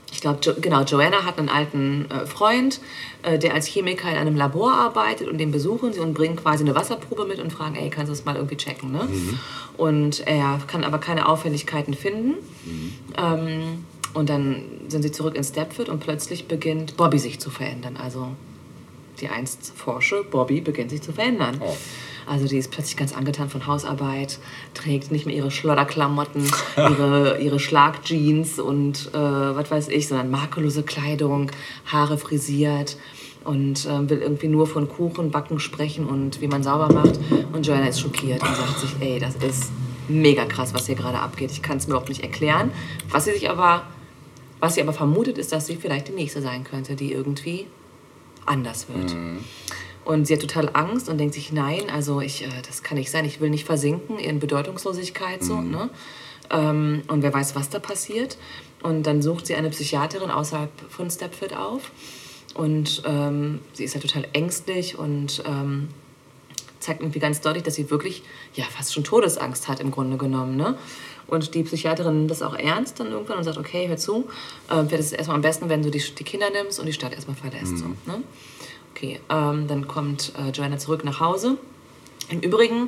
Ich glaube, Joanna hat einen alten Freund, der als Chemiker in einem Labor arbeitet und den besuchen sie und bringen quasi eine Wasserprobe mit und fragen, ey, kannst du das mal irgendwie checken, ne? Und er kann aber keine Auffälligkeiten finden. Und dann sind sie zurück in Stepford und plötzlich beginnt Bobby sich zu verändern. Also die einst forsche Bobby beginnt sich zu verändern. Oh. Also die ist plötzlich ganz angetan von Hausarbeit, trägt nicht mehr ihre Schlodderklamotten, ihre Schlagjeans und was weiß ich, sondern makellose Kleidung, Haare frisiert und will irgendwie nur von Kuchenbacken sprechen und wie man sauber macht. Und Joanna ist schockiert und sagt sich, ey, das ist mega krass, was hier gerade abgeht. Ich kann es mir überhaupt nicht erklären. Was sie aber vermutet, ist, dass sie vielleicht die Nächste sein könnte, die irgendwie anders wird. Und sie hat total Angst und denkt sich, nein, also das kann nicht sein, ich will nicht versinken in Bedeutungslosigkeit. So, ne? Und wer weiß, was da passiert. Und dann sucht sie eine Psychiaterin außerhalb von Stepford auf. Und sie ist ja total ängstlich und zeigt irgendwie ganz deutlich, dass sie wirklich fast schon Todesangst hat im Grunde genommen. Ne? Und die Psychiaterin nimmt das auch ernst dann irgendwann und sagt, okay, hör zu, wäre es erstmal am besten, wenn du die Kinder nimmst und die Stadt erstmal verlässt. So, ne? Okay, dann kommt Joanna zurück nach Hause. Im Übrigen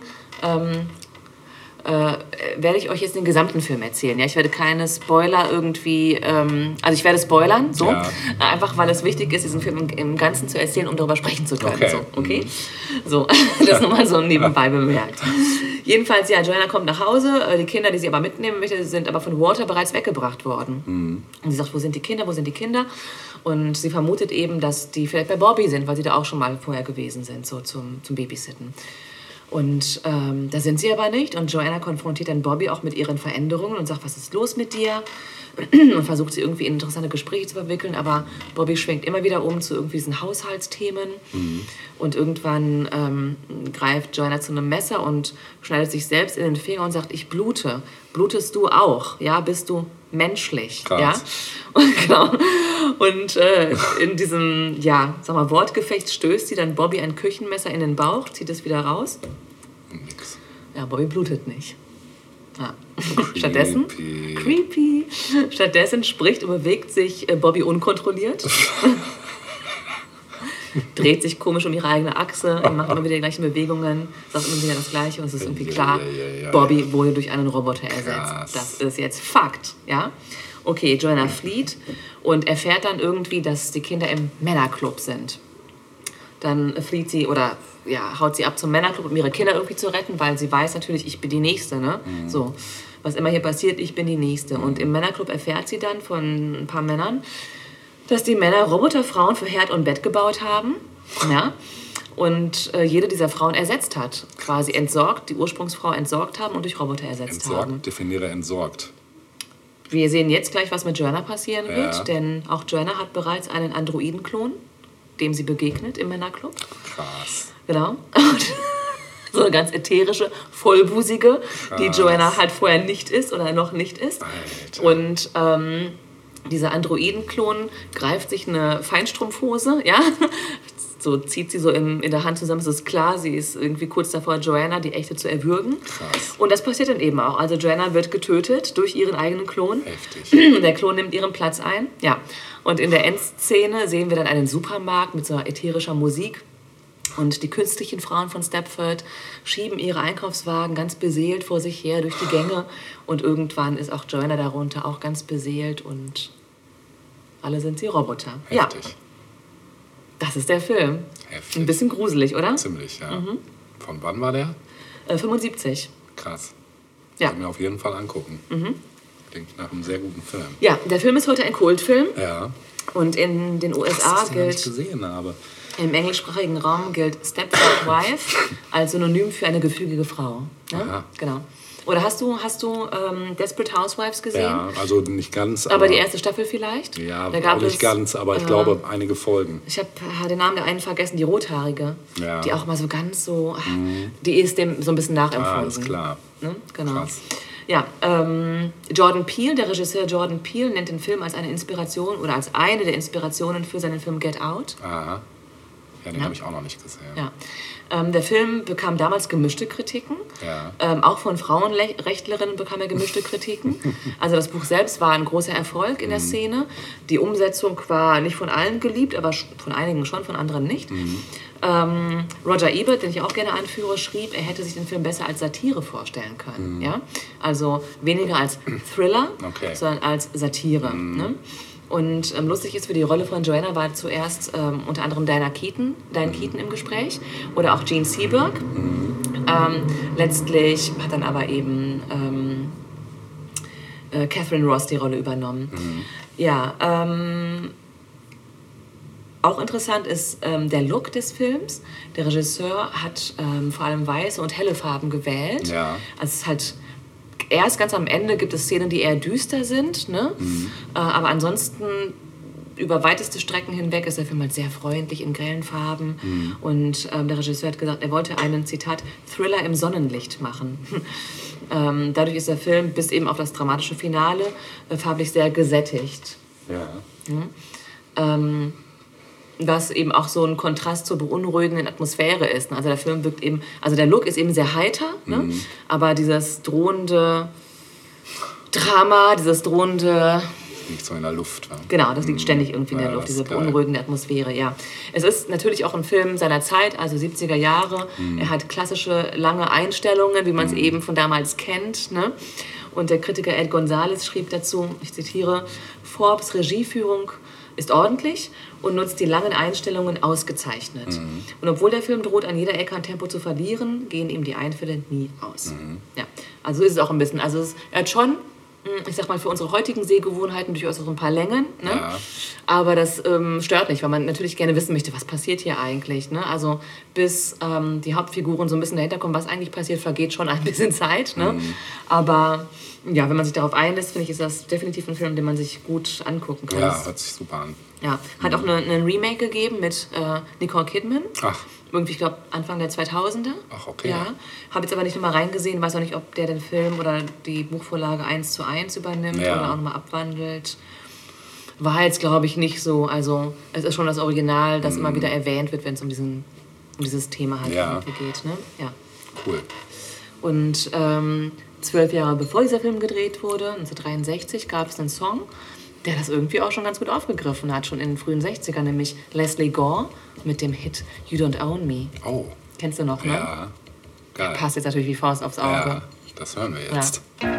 werde ich euch jetzt den gesamten Film erzählen. Ja? Ich werde keine Spoiler irgendwie, also ich werde spoilern, so, einfach weil es wichtig ist, diesen Film im Ganzen zu erzählen, um darüber sprechen zu können. Okay. So, okay? So, das nur mal so nebenbei bemerkt. Jedenfalls, Joanna kommt nach Hause, die Kinder, die sie aber mitnehmen möchte, sind aber von Walter bereits weggebracht worden. Und sie sagt, wo sind die Kinder, wo sind die Kinder? Und sie vermutet eben, dass die vielleicht bei Bobby sind, weil sie da auch schon mal vorher gewesen sind, so zum Babysitten. Und da sind sie aber nicht. Und Joanna konfrontiert dann Bobby auch mit ihren Veränderungen und sagt, was ist los mit dir? Und versucht sie irgendwie in interessante Gespräche zu verwickeln. Aber Bobby schwenkt immer wieder um zu irgendwie diesen Haushaltsthemen. Und irgendwann greift Joanna zu einem Messer und schneidet sich selbst in den Finger und sagt, ich blute. Blutest du auch? Ja, bist du menschlich? Krass. Ja? Und, genau. Und in diesem Wortgefecht stößt sie dann Bobby ein Küchenmesser in den Bauch, zieht es wieder raus. Nix. Ja, Bobby blutet nicht. Ja. Creepy. Stattdessen spricht und bewegt sich Bobby unkontrolliert. Dreht sich komisch um ihre eigene Achse, macht immer wieder die gleichen Bewegungen, sagt immer wieder das Gleiche und es ist irgendwie klar, Bobby wurde durch einen Roboter ersetzt. Krass. Das ist jetzt Fakt, ja? Okay, Joanna flieht und erfährt dann irgendwie, dass die Kinder im Männerclub sind. Dann flieht sie oder haut sie ab zum Männerclub, um ihre Kinder irgendwie zu retten, weil sie weiß natürlich, ich bin die Nächste, ne? So, was immer hier passiert, ich bin die Nächste. Und im Männerclub erfährt sie dann von ein paar Männern, dass die Männer Roboterfrauen für Herd und Bett gebaut haben, ja, und jede dieser Frauen ersetzt hat. Quasi entsorgt, die Ursprungsfrau entsorgt haben und durch Roboter ersetzt haben. Entsorgt, definiere entsorgt. Wir sehen jetzt gleich, was mit Joanna passieren wird, Ja. denn auch Joanna hat bereits einen Androidenklon, dem sie begegnet im Männerclub. Krass. Genau. Und so eine ganz ätherische, vollbusige, die Krass. Joanna halt vorher nicht ist oder noch nicht ist. Alter. Und dieser Androidenklon greift sich eine Feinstrumpfhose, ja, so zieht sie so in der Hand zusammen, es ist klar, sie ist irgendwie kurz davor, Joanna, die echte, zu erwürgen. Krass. Und das passiert dann eben auch. Also Joanna wird getötet durch ihren eigenen Klon. Heftig. Und der Klon nimmt ihren Platz ein. Ja. Und in der Endszene sehen wir dann einen Supermarkt mit so ätherischer Musik. Und die künstlichen Frauen von Stepford schieben ihre Einkaufswagen ganz beseelt vor sich her durch die Gänge. Und irgendwann ist auch Joanna darunter auch ganz beseelt und alle sind sie Roboter. Ja, Heftig. das ist der Film. Heftig. Ein bisschen gruselig, oder? Ziemlich, ja. Von wann war der? 75. Krass. Ja. Muss ich mir auf jeden Fall angucken. Klingt nach einem sehr guten Film. Ja, der Film ist heute ein Kultfilm. Ja. Und in den USA Was ich den noch nicht gilt, gesehen habe. im englischsprachigen Raum gilt Stepford Wife als Synonym für eine gefügige Frau. Ne? Aha. Genau. Oder hast du Desperate Housewives gesehen? Ja, also nicht ganz. Aber die erste Staffel vielleicht? Ja, Da gab auch nicht es, ganz, aber ich glaube einige Folgen. Ich habe den Namen der einen vergessen, die Rothaarige. Ja. Die auch mal so ganz so, die ist dem so ein bisschen nachempfunden. Alles klar. Ne? Genau. Krass. Ja, Jordan Peele, der Regisseur Jordan Peele, nennt den Film als eine Inspiration oder als eine der Inspirationen für seinen Film Get Out. Aha. Ja, den habe ich auch noch nicht gesehen. Ja. Der Film bekam damals gemischte Kritiken. Ja. Auch von Frauenrechtlerinnen bekam er gemischte Kritiken. Also das Buch selbst war ein großer Erfolg in der Szene. Die Umsetzung war nicht von allen geliebt, aber von einigen schon, von anderen nicht. Roger Ebert, den ich auch gerne anführe, schrieb, er hätte sich den Film besser als Satire vorstellen können. Ja? Also weniger als Thriller, sondern als Satire. Ne? Und lustig ist, für die Rolle von Joanna war zuerst unter anderem Diane Keaton im Gespräch oder auch Gene Seberg. Letztlich hat dann aber eben Catherine Ross die Rolle übernommen. Ja, auch interessant ist der Look des Films. Der Regisseur hat vor allem weiße und helle Farben gewählt. Ja. Also es ist halt erst ganz am Ende gibt es Szenen, die eher düster sind, ne? Aber ansonsten über weiteste Strecken hinweg ist der Film halt sehr freundlich in grellen Farben. Und der Regisseur hat gesagt, er wollte einen, Zitat, Thriller im Sonnenlicht machen. Dadurch ist der Film bis eben auf das dramatische Finale farblich sehr gesättigt. Ja. Was eben auch so ein Kontrast zur beunruhigenden Atmosphäre ist. Also der Film wirkt eben, also der Look ist eben sehr heiter, ne? Aber dieses drohende Drama, dieses drohende... Liegt so in der Luft. Ja. Genau, das liegt ständig irgendwie in der Luft, diese beunruhigende Atmosphäre, ja. Es ist natürlich auch ein Film seiner Zeit, also 70er Jahre. Er hat klassische, lange Einstellungen, wie man es eben von damals kennt, ne? Und der Kritiker Ed Gonzalez schrieb dazu, ich zitiere, Forbes Regieführung ist ordentlich und nutzt die langen Einstellungen ausgezeichnet. Und obwohl der Film droht, an jeder Ecke an Tempo zu verlieren, gehen ihm die Einfälle nie aus. Ja, also ist es auch ein bisschen. Also er hat schon, ich sag mal, für unsere heutigen Sehgewohnheiten durchaus auch ein paar Längen. Ne? Ja. Aber das stört nicht, weil man natürlich gerne wissen möchte, was passiert hier eigentlich. Ne? Also bis die Hauptfiguren so ein bisschen dahinter kommen, was eigentlich passiert, vergeht schon ein bisschen Zeit. Ne? Aber ja, wenn man sich darauf einlässt, finde ich, ist das definitiv ein Film, den man sich gut angucken kann. Ja, hört sich super an. Ja, hat auch einen Remake gegeben mit Nicole Kidman. Ach. Irgendwie, ich glaube, Anfang der 2000er. Ach, okay. Ja. Habe jetzt aber nicht nochmal reingesehen, weiß auch nicht, ob der den Film oder die Buchvorlage 1:1 übernimmt oder auch nochmal abwandelt. War jetzt, glaube ich, nicht so. Also, es ist schon das Original, das immer wieder erwähnt wird, wenn es um dieses Thema halt geht. Ne? Ja. Cool. Und 12 Jahre bevor dieser Film gedreht wurde, 1963, gab es einen Song, der das irgendwie auch schon ganz gut aufgegriffen hat, schon in den frühen 60ern, nämlich Leslie Gore mit dem Hit You Don't Own Me. Oh. Kennst du noch, ne? Ja, geil. Passt jetzt natürlich wie Faust aufs Auge. Ja, das hören wir jetzt. Ja.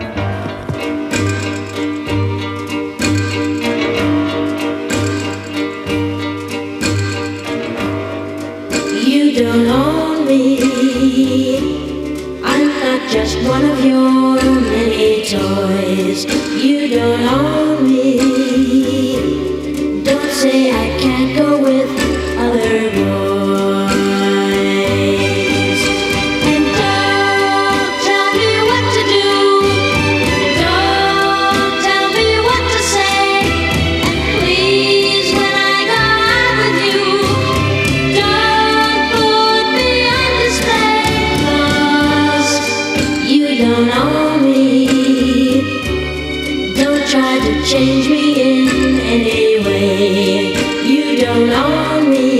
You don't own me. I'm not just one of your many toys. You don't own me. Don't say I can't go with other boys. And don't tell me what to do. Don't tell me what to say. And please, when I go out with you, don't put me on display. 'Cause you don't own me. Don't try to change me in any way. You don't own me.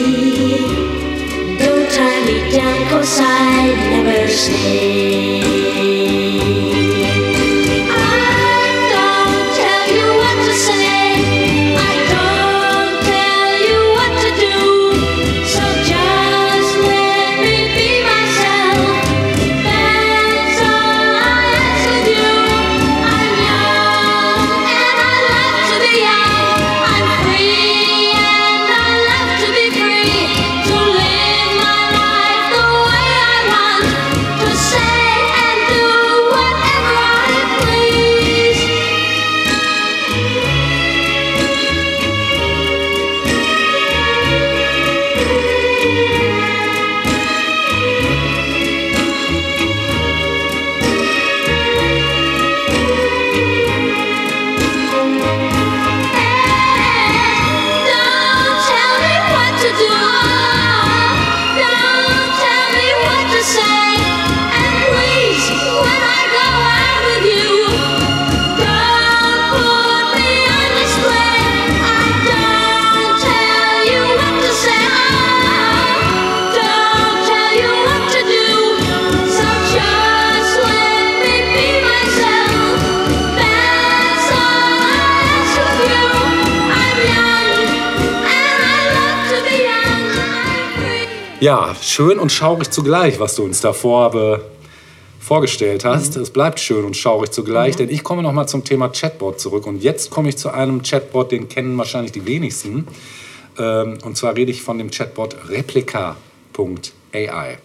Don't tie me down 'cause I'd never stay. I don't tell you what to say. I don't tell you what to do. So just let me be myself. That's all I ask of you. I'm young and I love to be young. I'm free and I love to be free. To live my life the way I want. To say Ja, schön und schaurig zugleich, was du uns davor vorgestellt hast. Es bleibt schön und schaurig zugleich, denn ich komme noch mal zum Thema Chatbot zurück. Und jetzt komme ich zu einem Chatbot, den kennen wahrscheinlich die wenigsten. Und zwar rede ich von dem Chatbot Replika.ai.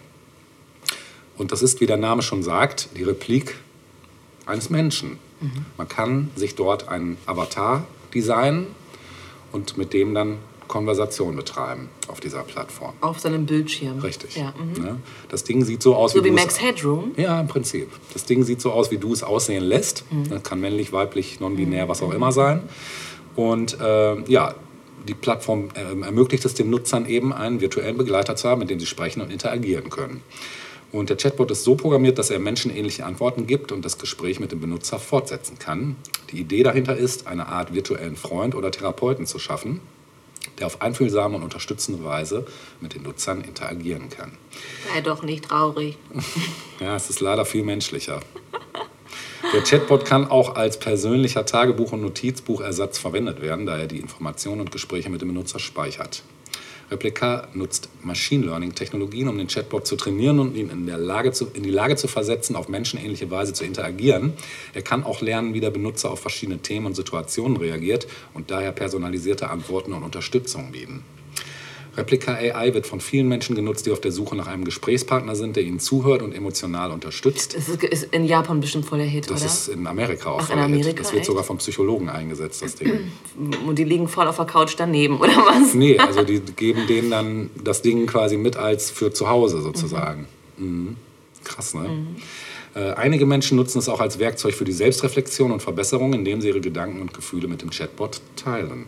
Und das ist, wie der Name schon sagt, die Replik eines Menschen. Man kann sich dort einen Avatar designen und mit dem dann Konversation betreiben auf dieser Plattform. Auf seinem Bildschirm. Richtig. Ja, Ne? Das Ding sieht so aus, so wie du Max es... Headroom. Ja, im Prinzip. Das Ding sieht so aus, wie du es aussehen lässt. Das kann männlich, weiblich, non-binär, was auch immer sein. Und die Plattform ermöglicht es den Nutzern eben, einen virtuellen Begleiter zu haben, mit dem sie sprechen und interagieren können. Und der Chatbot ist so programmiert, dass er menschenähnliche Antworten gibt und das Gespräch mit dem Benutzer fortsetzen kann. Die Idee dahinter ist, eine Art virtuellen Freund oder Therapeuten zu schaffen, der auf einfühlsame und unterstützende Weise mit den Nutzern interagieren kann. Sei doch nicht traurig. Ja, es ist leider viel menschlicher. Der Chatbot kann auch als persönlicher Tagebuch- und Notizbuchersatz verwendet werden, da er die Informationen und Gespräche mit dem Benutzer speichert. Replika nutzt Machine Learning-Technologien, um den Chatbot zu trainieren und ihn in die Lage zu versetzen, auf menschenähnliche Weise zu interagieren. Er kann auch lernen, wie der Benutzer auf verschiedene Themen und Situationen reagiert und daher personalisierte Antworten und Unterstützung bieten. Replika AI wird von vielen Menschen genutzt, die auf der Suche nach einem Gesprächspartner sind, der ihnen zuhört und emotional unterstützt. Das ist in Japan bestimmt voll der Hit, Das oder? ist in Amerika auch Ach, voll in der Hit. Amerika, Das wird echt? sogar von Psychologen eingesetzt, das Ding. Und die liegen voll auf der Couch daneben, oder was? Nee, also die geben denen dann das Ding quasi mit als für zu Hause sozusagen. Mhm. Krass, ne? Einige Menschen nutzen es auch als Werkzeug für die Selbstreflexion und Verbesserung, indem sie ihre Gedanken und Gefühle mit dem Chatbot teilen.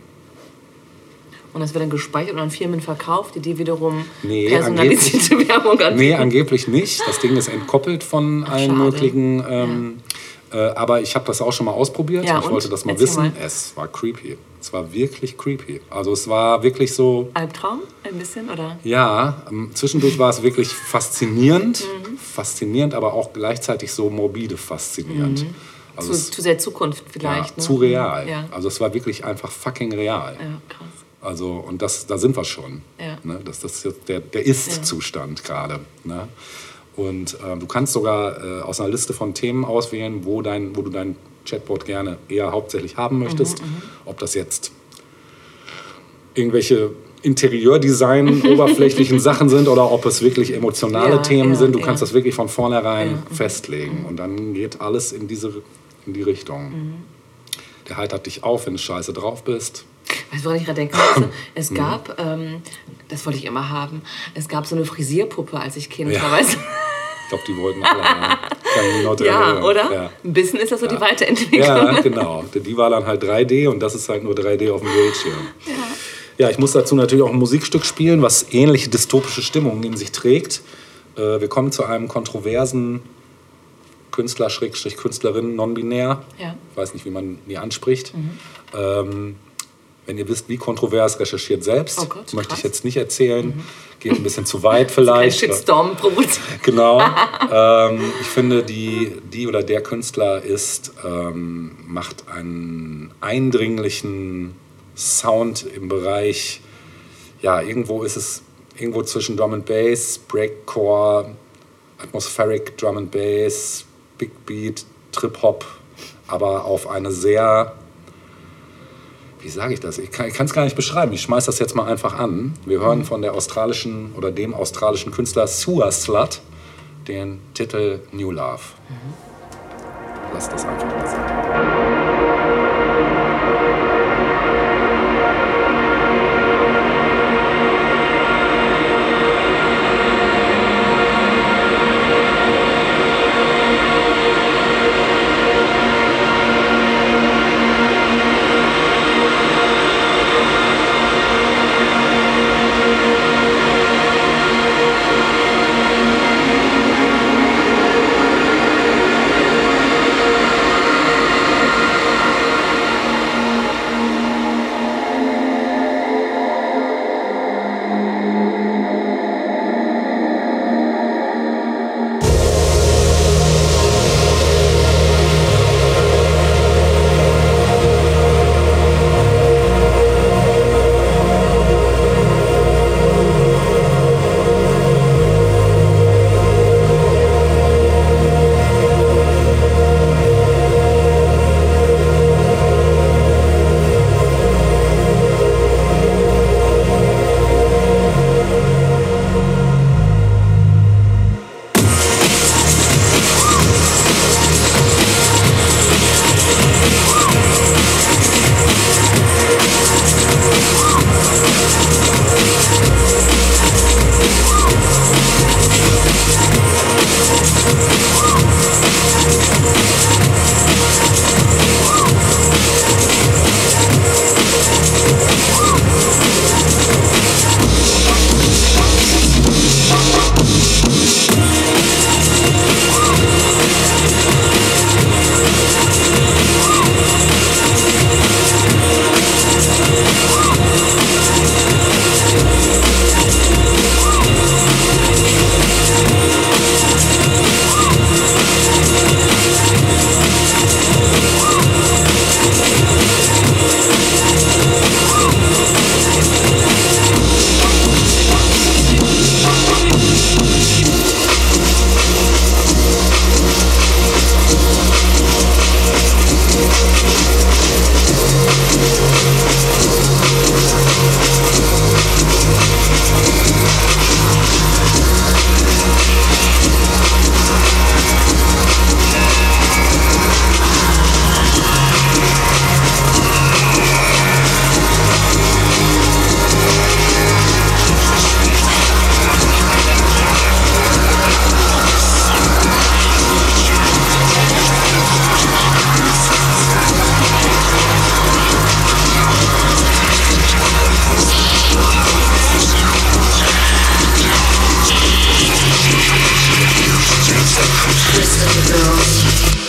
Und das wird dann gespeichert und an Firmen verkauft, die wiederum Nee, personalisierte Werbung anbieten. Nee, angeblich nicht. Das Ding ist entkoppelt von allen schade. möglichen. Aber ich habe das auch schon mal ausprobiert. Ja, Ich und? wollte das mal Erzähl wissen. mal. Es war creepy. Es war wirklich creepy. Also es war wirklich so... Albtraum? Ein bisschen, oder? Ja, zwischendurch war es wirklich faszinierend. Faszinierend, aber auch gleichzeitig so morbide faszinierend. Also es, Zu sehr Zukunft ja, vielleicht. Ne? zu real. Ja. Also es war wirklich einfach fucking real. Ja, krass. Also, und da sind wir schon. Ja. Ne? Das ist jetzt der Ist-Zustand gerade. Ne? Und du kannst sogar aus einer Liste von Themen auswählen, wo du dein Chatbot gerne eher hauptsächlich haben möchtest. Ob das jetzt irgendwelche Interiordesign, oberflächlichen Sachen sind oder ob es wirklich emotionale Ja, Themen ja, sind. Du ja. kannst das wirklich von vornherein festlegen. Und dann geht alles in die Richtung. Der heitert dich auf, wenn du scheiße drauf bist. Weißt du, woran ich gerade denke? Es gab, das wollte ich immer haben, es gab so eine Frisierpuppe, als ich Kind Ja. war, weißt du? Ich glaube, die wollten alle haben. Kann ich mich noch dran Ja, erinnern. oder? Ja. Ein bisschen ist das so die Weiterentwicklung. Ja, genau. Die war dann halt 3D und das ist halt nur 3D auf dem Bildschirm. Ja, ich muss dazu natürlich auch ein Musikstück spielen, was ähnliche dystopische Stimmungen in sich trägt. Wir kommen zu einem kontroversen Künstler, Künstlerin, non-binär. Ja. Ich weiß nicht, wie man die anspricht. Wenn ihr wisst, wie kontrovers, recherchiert selbst. Oh Gott, Möchte ich krass. jetzt nicht erzählen. Geht ein bisschen zu weit Ein vielleicht. Shitstorm provoziert. Genau. Ich finde, die oder der Künstler macht einen eindringlichen Sound im Bereich, ja, irgendwo zwischen Drum and Bass, Breakcore, Atmospheric Drum and Bass, Big Beat, Trip-Hop, aber auf eine sehr, wie sage ich das? Ich kann es gar nicht beschreiben. Ich schmeiß das jetzt mal einfach an. Wir hören von dem australischen Künstler Sewer Slut den Titel New Love. Lass das einfach mal sein.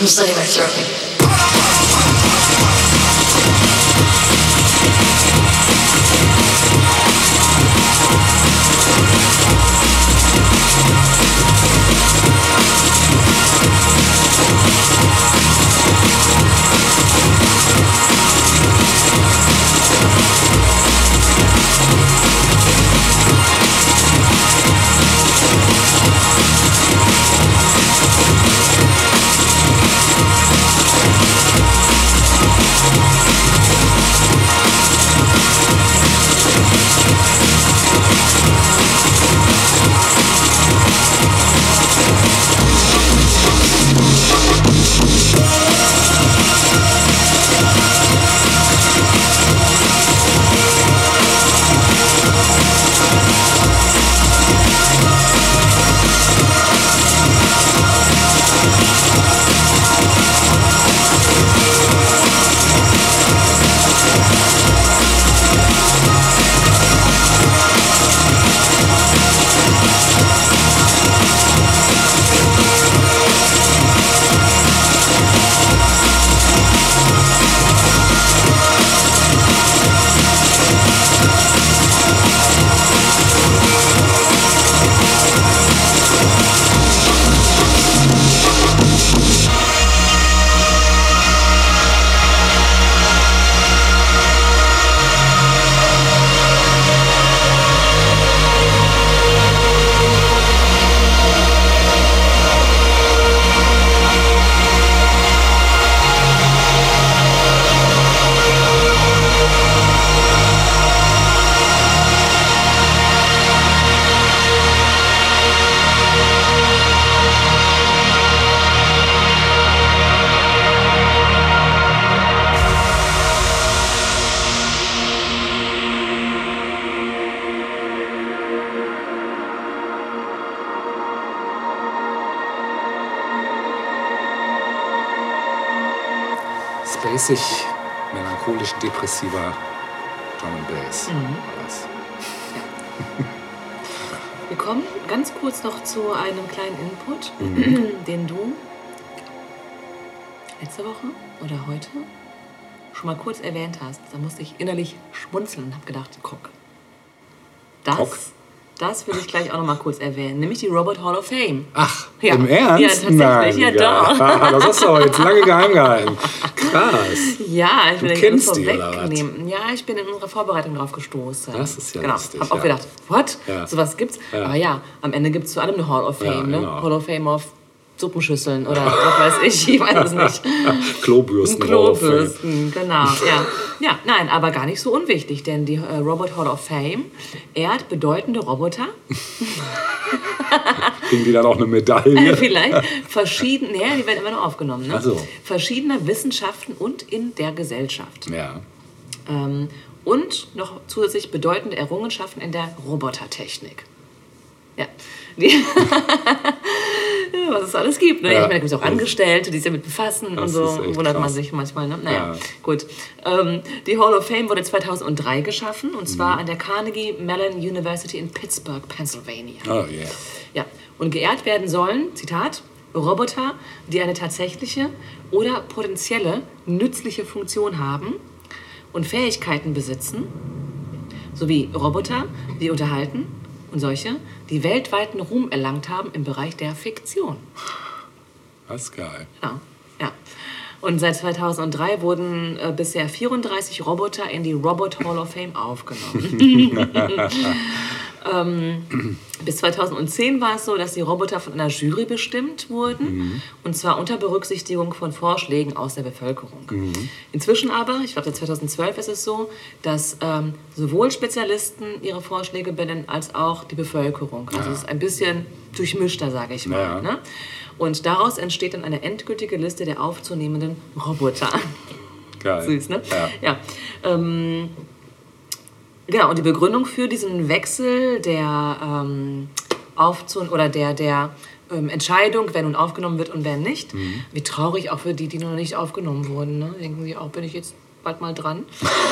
I'm slitting my throat. Spacig, melancholisch, depressiver Drum and Bass. war das. Wir kommen ganz kurz noch zu einem kleinen Input, den du letzte Woche oder heute schon mal kurz erwähnt hast. Da musste ich innerlich schmunzeln und habe gedacht, guck, das will ich gleich auch noch mal kurz erwähnen, nämlich die Robot Hall of Fame. Ach, Ja. im Ernst? Ja, tatsächlich, Nein, ja, geil. doch. Das hast du aber jetzt lange geheim gehalten. Krass. Ja, ich will Du den kennst ganz die, oder was? vorwegnehmen. Ja, ich bin in unserer Vorbereitung drauf gestoßen. Das ist ja genau. lustig, Hab auch ja. gedacht, what? Ja. Sowas gibt's? Ja. Aber ja, am Ende gibt's zu allem eine Hall of Fame, Ja, ne? genau. Hall of Fame of Suppenschüsseln oder was weiß ich weiß es nicht. Klobürsten. Klobürsten, genau. Ja, nein, aber gar nicht so unwichtig, denn die Robot Hall of Fame ehrt bedeutende Roboter. Kriegen die dann auch eine Medaille? Vielleicht verschieden, naja, die werden immer noch aufgenommen, ne? Ach so. Verschiedener Wissenschaften und in der Gesellschaft. Ja. Und noch zusätzlich bedeutende Errungenschaften in der Robotertechnik. Ja. Was es alles gibt. Ne? Ja. Ich meine, da gibt es auch Angestellte, die sich damit befassen und Das so. ist echt Wundert man krass. sich manchmal. Ne? Naja, Ja. gut. Die Hall of Fame wurde 2003 geschaffen und zwar an der Carnegie Mellon University in Pittsburgh, Pennsylvania. Oh yeah. Ja. Und geehrt werden sollen, Zitat, Roboter, die eine tatsächliche oder potenzielle nützliche Funktion haben und Fähigkeiten besitzen, sowie Roboter, die unterhalten und solche, die weltweiten Ruhm erlangt haben im Bereich der Fiktion. Das ist geil. Genau. Ja. Und seit 2003 wurden bisher 34 Roboter in die Robot Hall of Fame aufgenommen. Bis 2010 war es so, dass die Roboter von einer Jury bestimmt wurden. Und zwar unter Berücksichtigung von Vorschlägen aus der Bevölkerung. Inzwischen aber, ich glaube seit 2012 ist es so, dass sowohl Spezialisten ihre Vorschläge benennen, als auch die Bevölkerung. Also es ist ein bisschen durchmischter, sage ich mal. Ja. Ne? Und daraus entsteht dann eine endgültige Liste der aufzunehmenden Roboter. Geil. Süß, ne? Ja. Genau, und die Begründung für diesen Wechsel der Entscheidung, wer nun aufgenommen wird und wer nicht. Wie traurig auch für die, die noch nicht aufgenommen wurden. Ne? Denken sie auch, bin ich jetzt bald mal dran?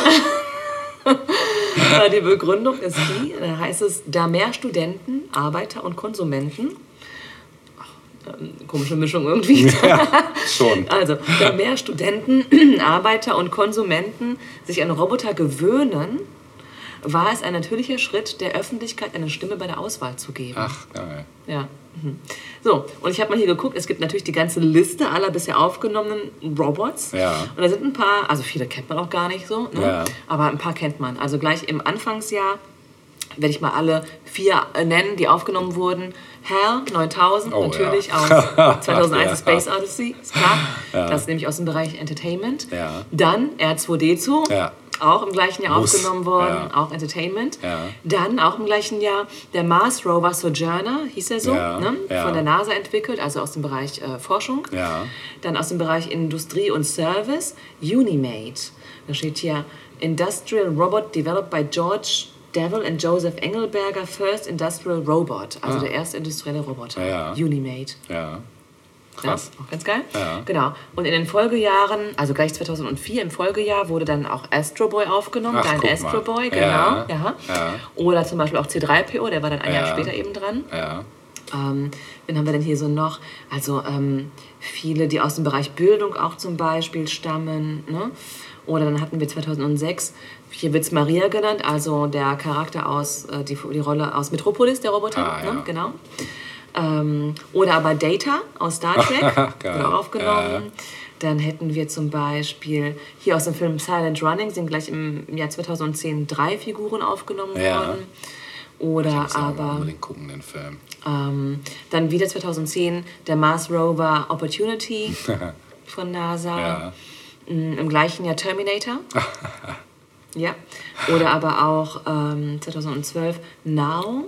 Die Begründung ist die, da heißt es, da mehr Studenten, Arbeiter und Konsumenten Komische Mischung irgendwie. Ja, schon. Also, wenn mehr Studenten, Arbeiter und Konsumenten sich an Roboter gewöhnen, war es ein natürlicher Schritt, der Öffentlichkeit eine Stimme bei der Auswahl zu geben. Ach, geil. Ja. So, und ich habe mal hier geguckt, es gibt natürlich die ganze Liste aller bisher aufgenommenen Robots. Ja. Und da sind ein paar, also viele kennt man auch gar nicht so, ne? Ja. Aber ein paar kennt man. Also gleich im Anfangsjahr werde ich mal alle 4 nennen, die aufgenommen wurden. HAL 9000, Oh, natürlich ja. aus 2001 Ja. Space Odyssey, ist klar. Ja. Das ist nämlich aus dem Bereich Entertainment. Ja. Dann R2D2, Ja. auch im gleichen Jahr Muss. aufgenommen worden, Ja. auch Entertainment. Ja. Dann auch im gleichen Jahr der Mars Rover Sojourner, hieß er so, Ja. ne? Ja. Von der NASA entwickelt, also aus dem Bereich Forschung. Ja. Dann aus dem Bereich Industrie und Service, Unimate. Da steht hier Industrial Robot developed by George Devil and Joseph Engelberger, First Industrial Robot, also der erste industrielle Roboter, Ja. Unimate. Ja. Krass. Ja, auch ganz geil. Ja. Genau. Und in den Folgejahren, also gleich 2004 im Folgejahr, wurde dann auch Astro Boy aufgenommen. Ach, Dein guck Astro mal. Boy, genau. Ja. Ja. Ja. Oder zum Beispiel auch C3PO, der war dann ein Jahr Ja. später eben dran. Ja. Wen haben wir denn hier so noch? Also viele, die aus dem Bereich Bildung auch zum Beispiel stammen. Ne? Oder dann hatten wir 2006, hier wird es Maria genannt, also der Charakter aus, die Rolle aus Metropolis, der Roboter. Ja. Ne? Genau. Oder aber Data aus Star Trek, Geil. wurde auch aufgenommen. Dann hätten wir zum Beispiel hier aus dem Film Silent Running sind gleich im Jahr 2010 3 Figuren aufgenommen Ja. worden. Oder Muss auch mal aber unbedingt gucken, den Film. dann wieder 2010 der Mars Rover Opportunity von NASA. Ja. Im gleichen Jahr Terminator. Ja. Oder aber auch 2012 Now.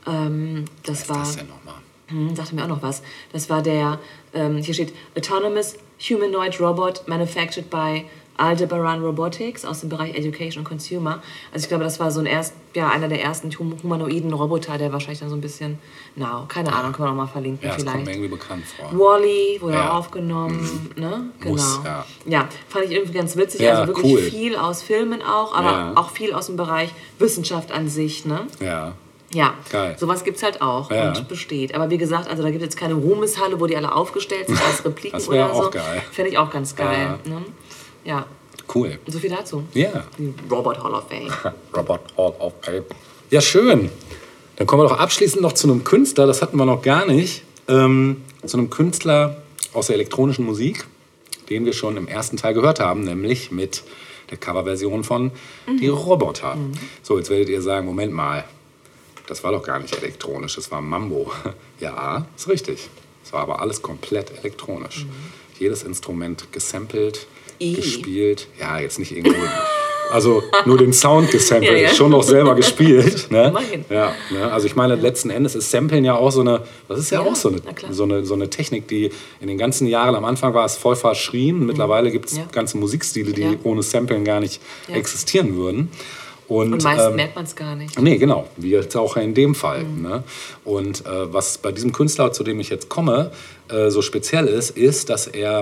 Das war. Was ist das denn nochmal? Sagte mir auch noch was. Das war der, hier steht Autonomous Humanoid Robot Manufactured by Aldebaran Robotics aus dem Bereich Education und Consumer. Also ich glaube, das war so einer der ersten humanoiden Roboter, der wahrscheinlich dann so ein bisschen, keine Ahnung, können wir noch mal verlinken Ja, das kommt mir vielleicht. irgendwie bekannt vor. Wall-E wurde Ja. auch aufgenommen, ne? Genau. Muss, ja. Ja, fand ich irgendwie ganz witzig. Ja, Also wirklich cool. viel aus Filmen auch, aber Ja. auch viel aus dem Bereich Wissenschaft an sich, ne? Ja. Ja, Geil. sowas gibt es halt auch Ja. und besteht. Aber wie gesagt, also da gibt es jetzt keine Ruhmeshalle, wo die alle aufgestellt sind als Repliken Das wär oder auch so. geil. Fände ich auch ganz geil. Ne? Ja, Cool. so viel dazu. Ja. Die Robot Hall of Fame. Robot Hall of Fame. Ja, schön. Dann kommen wir doch abschließend noch zu einem Künstler, das hatten wir noch gar nicht. Zu einem Künstler aus der elektronischen Musik, den wir schon im ersten Teil gehört haben, nämlich mit der Coverversion von Die Roboter. So, jetzt werdet ihr sagen, Moment mal, das war doch gar nicht elektronisch, das war Mambo. Ja, ist richtig. Es war aber alles komplett elektronisch. Jedes Instrument gesampelt, gespielt. Ja, jetzt nicht irgendwo. Also nur den Sound gesampelt, Ja, ja. schon noch selber gespielt. Ne? Immerhin. Ja, ne? Also ich meine, letzten Endes ist Samplen ja auch so eine, das ist ja, Ja, auch so na klar. eine Technik, die in den ganzen Jahren, am Anfang war es voll verschrien, mittlerweile gibt es Ja. ganze Musikstile, die Ja. ohne Samplen gar nicht Ja. existieren würden. Und meistens merkt man es gar nicht. Nee, genau, wie jetzt auch in dem Fall. Ne? Und was bei diesem Künstler, zu dem ich jetzt komme, so speziell ist, dass er,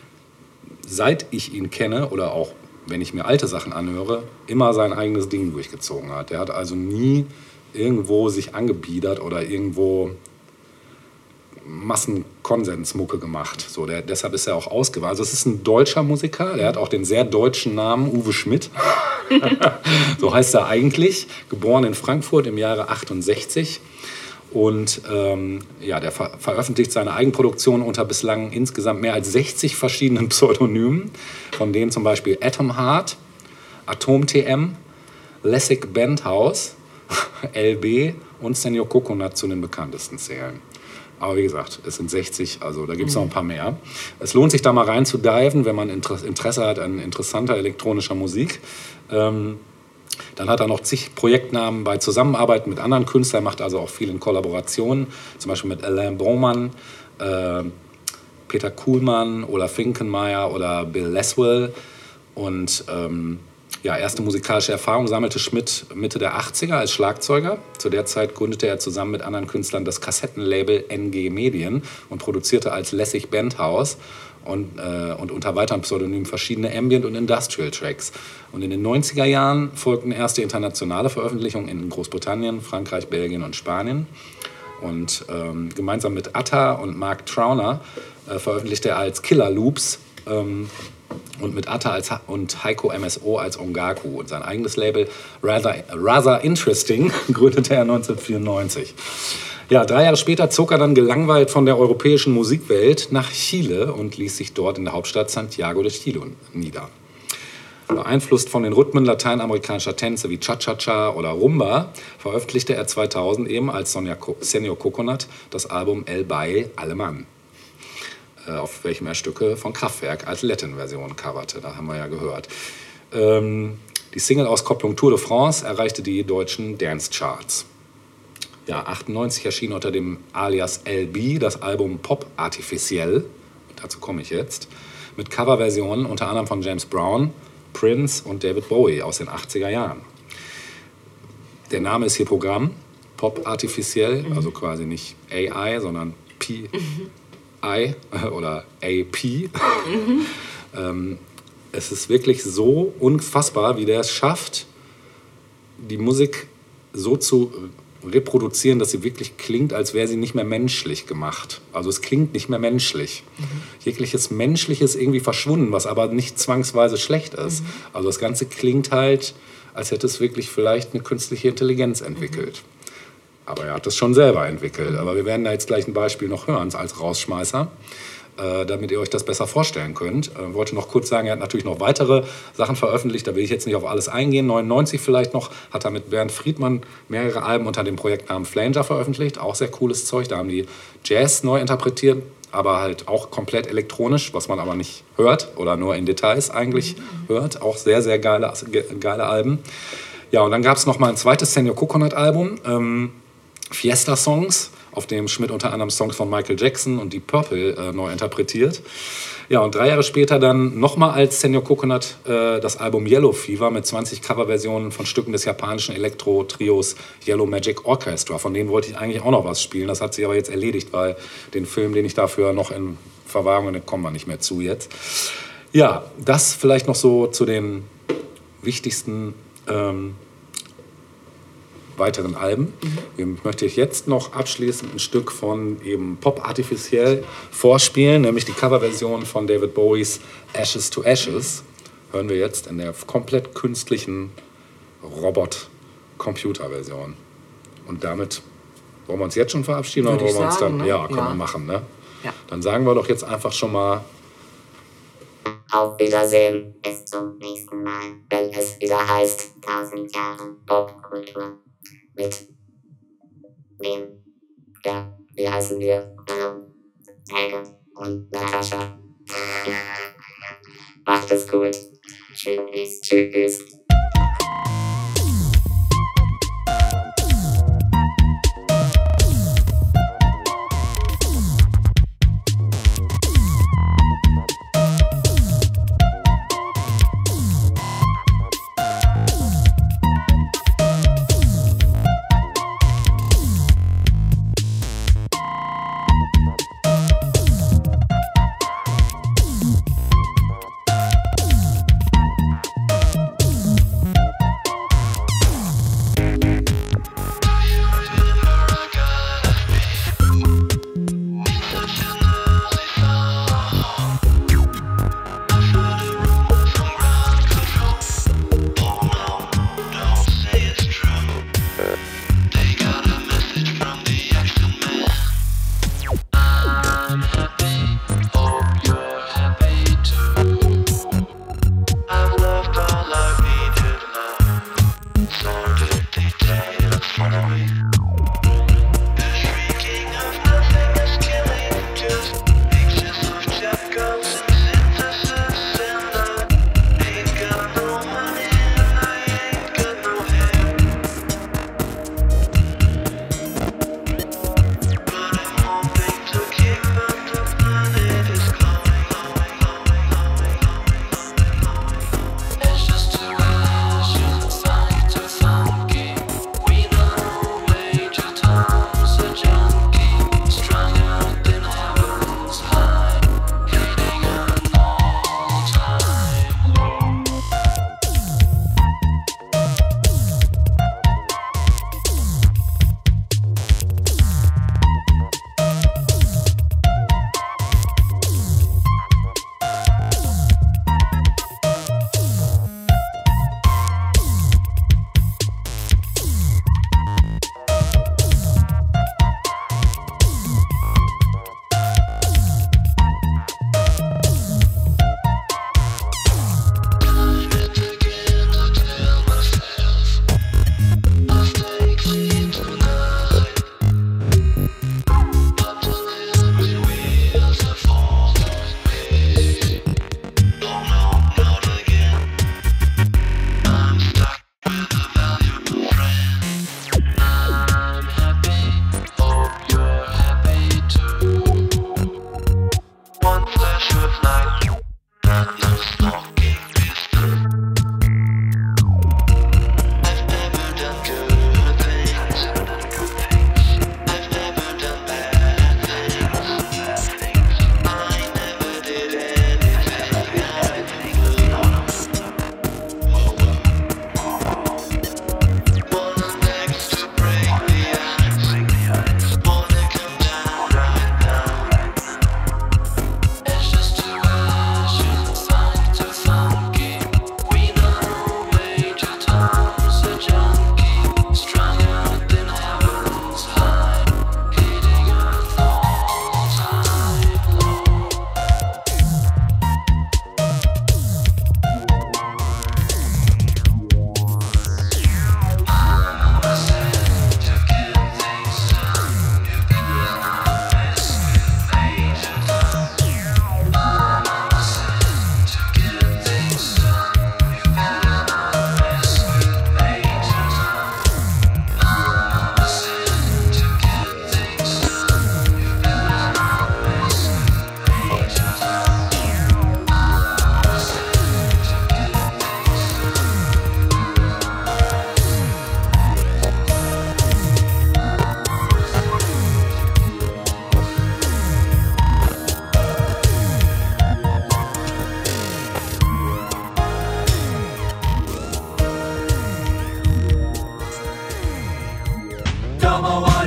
seit ich ihn kenne oder auch wenn ich mir alte Sachen anhöre, immer sein eigenes Ding durchgezogen hat. Der hat also nie irgendwo sich angebiedert oder irgendwo Massenkonsensmucke gemacht. So, deshalb ist er auch ausgewählt. Also es ist ein deutscher Musiker, der hat auch den sehr deutschen Namen Uwe Schmidt. So heißt er eigentlich. Geboren in Frankfurt im Jahre 68. Und der veröffentlicht seine Eigenproduktion unter bislang insgesamt mehr als 60 verschiedenen Pseudonymen, von denen zum Beispiel Atom Heart, Atom TM, Lessig Bandhaus, LB und Senor Coconut zu den bekanntesten zählen. Aber wie gesagt, es sind 60, also da gibt es noch ein paar mehr. Es lohnt sich da mal rein zu diven, wenn man Interesse hat an interessanter elektronischer Musik. Dann hat er noch zig Projektnamen bei Zusammenarbeit mit anderen Künstlern, macht also auch viel in Kollaborationen, zum Beispiel mit Alain Baumann, Peter Kuhlmann, Olaf Finkenmeier oder Bill Laswell. Und erste musikalische Erfahrung sammelte Schmidt Mitte der 80er als Schlagzeuger. Zu der Zeit gründete er zusammen mit anderen Künstlern das Kassettenlabel NG Medien und produzierte als Lessig Bandhaus und unter weiteren Pseudonymen verschiedene Ambient- und Industrial-Tracks. Und in den 90er Jahren folgten erste internationale Veröffentlichungen in Großbritannien, Frankreich, Belgien und Spanien. Und gemeinsam mit Atta und Mark Trauner veröffentlichte er als Killer Loops und mit Atta und Heiko MSO als Ongaku. Und sein eigenes Label Rather Interesting gründete er 1994. Ja, 3 Jahre später zog er dann gelangweilt von der europäischen Musikwelt nach Chile und ließ sich dort in der Hauptstadt Santiago de Chile nieder. Beeinflusst von den Rhythmen lateinamerikanischer Tänze wie Cha-Cha-Cha oder Rumba veröffentlichte er 2000 eben als Senior Coconut das Album El Baile Alemán, auf welchem er Stücke von Kraftwerk als Latin-Version coverte. Da haben wir ja gehört. Die Single-Auskopplung Tour de France erreichte die deutschen Dance-Charts. Ja, 98 erschien unter dem Alias LB das Album Pop Artificiel, dazu komme ich jetzt, mit Coverversionen unter anderem von James Brown, Prince und David Bowie aus den 80er Jahren. Der Name ist hier Programm, Pop Artificiel, also quasi nicht AI, sondern PI oder AP. Es ist wirklich so unfassbar, wie der es schafft, die Musik so zu reproduzieren, dass sie wirklich klingt, als wäre sie nicht mehr menschlich gemacht. Also es klingt nicht mehr menschlich. Jegliches Menschliches irgendwie verschwunden, was aber nicht zwangsweise schlecht ist. Also das Ganze klingt halt, als hätte es wirklich vielleicht eine künstliche Intelligenz entwickelt. Aber er hat es schon selber entwickelt. Aber wir werden da jetzt gleich ein Beispiel noch hören als Rausschmeißer, damit ihr euch das besser vorstellen könnt. Ich wollte noch kurz sagen, er hat natürlich noch weitere Sachen veröffentlicht, da will ich jetzt nicht auf alles eingehen. 99 vielleicht noch, hat er mit Bernd Friedmann mehrere Alben unter dem Projektnamen Flanger veröffentlicht, auch sehr cooles Zeug. Da haben die Jazz neu interpretiert, aber halt auch komplett elektronisch, was man aber nicht hört oder nur in Details eigentlich hört. Auch sehr, sehr geile Alben. Ja, und dann gab es noch mal ein zweites Senior Coconut Album, Fiesta Songs, auf dem Schmidt unter anderem Songs von Michael Jackson und Deep Purple neu interpretiert. Ja, und 3 Jahre später dann nochmal als Senior Coconut das Album Yellow Fever mit 20 Coverversionen von Stücken des japanischen Elektro-Trios Yellow Magic Orchestra. Von denen wollte ich eigentlich auch noch was spielen. Das hat sich aber jetzt erledigt, weil den Film, den ich dafür noch in Verwahrung, den kommen wir nicht mehr zu jetzt. Ja, das vielleicht noch so zu den wichtigsten weiteren Alben. Möchte ich jetzt noch abschließend ein Stück von eben Pop Artificiel vorspielen, nämlich die Coverversion von David Bowies Ashes to Ashes. Hören wir jetzt in der komplett künstlichen Robot-Computer-Version. Und damit wollen wir uns jetzt schon verabschieden? Würde oder ich wollen wir uns sagen, dann, ne? ja, können Ja. wir machen, ne? Ja. Dann sagen wir doch jetzt einfach schon mal Auf Wiedersehen, bis zum nächsten Mal, wenn es wieder heißt 1000 Jahre Popkultur mit wem? Ja, wie heißen wir? Helge und Natascha. Macht es gut. Tschüss, tschüss.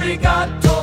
Arigato.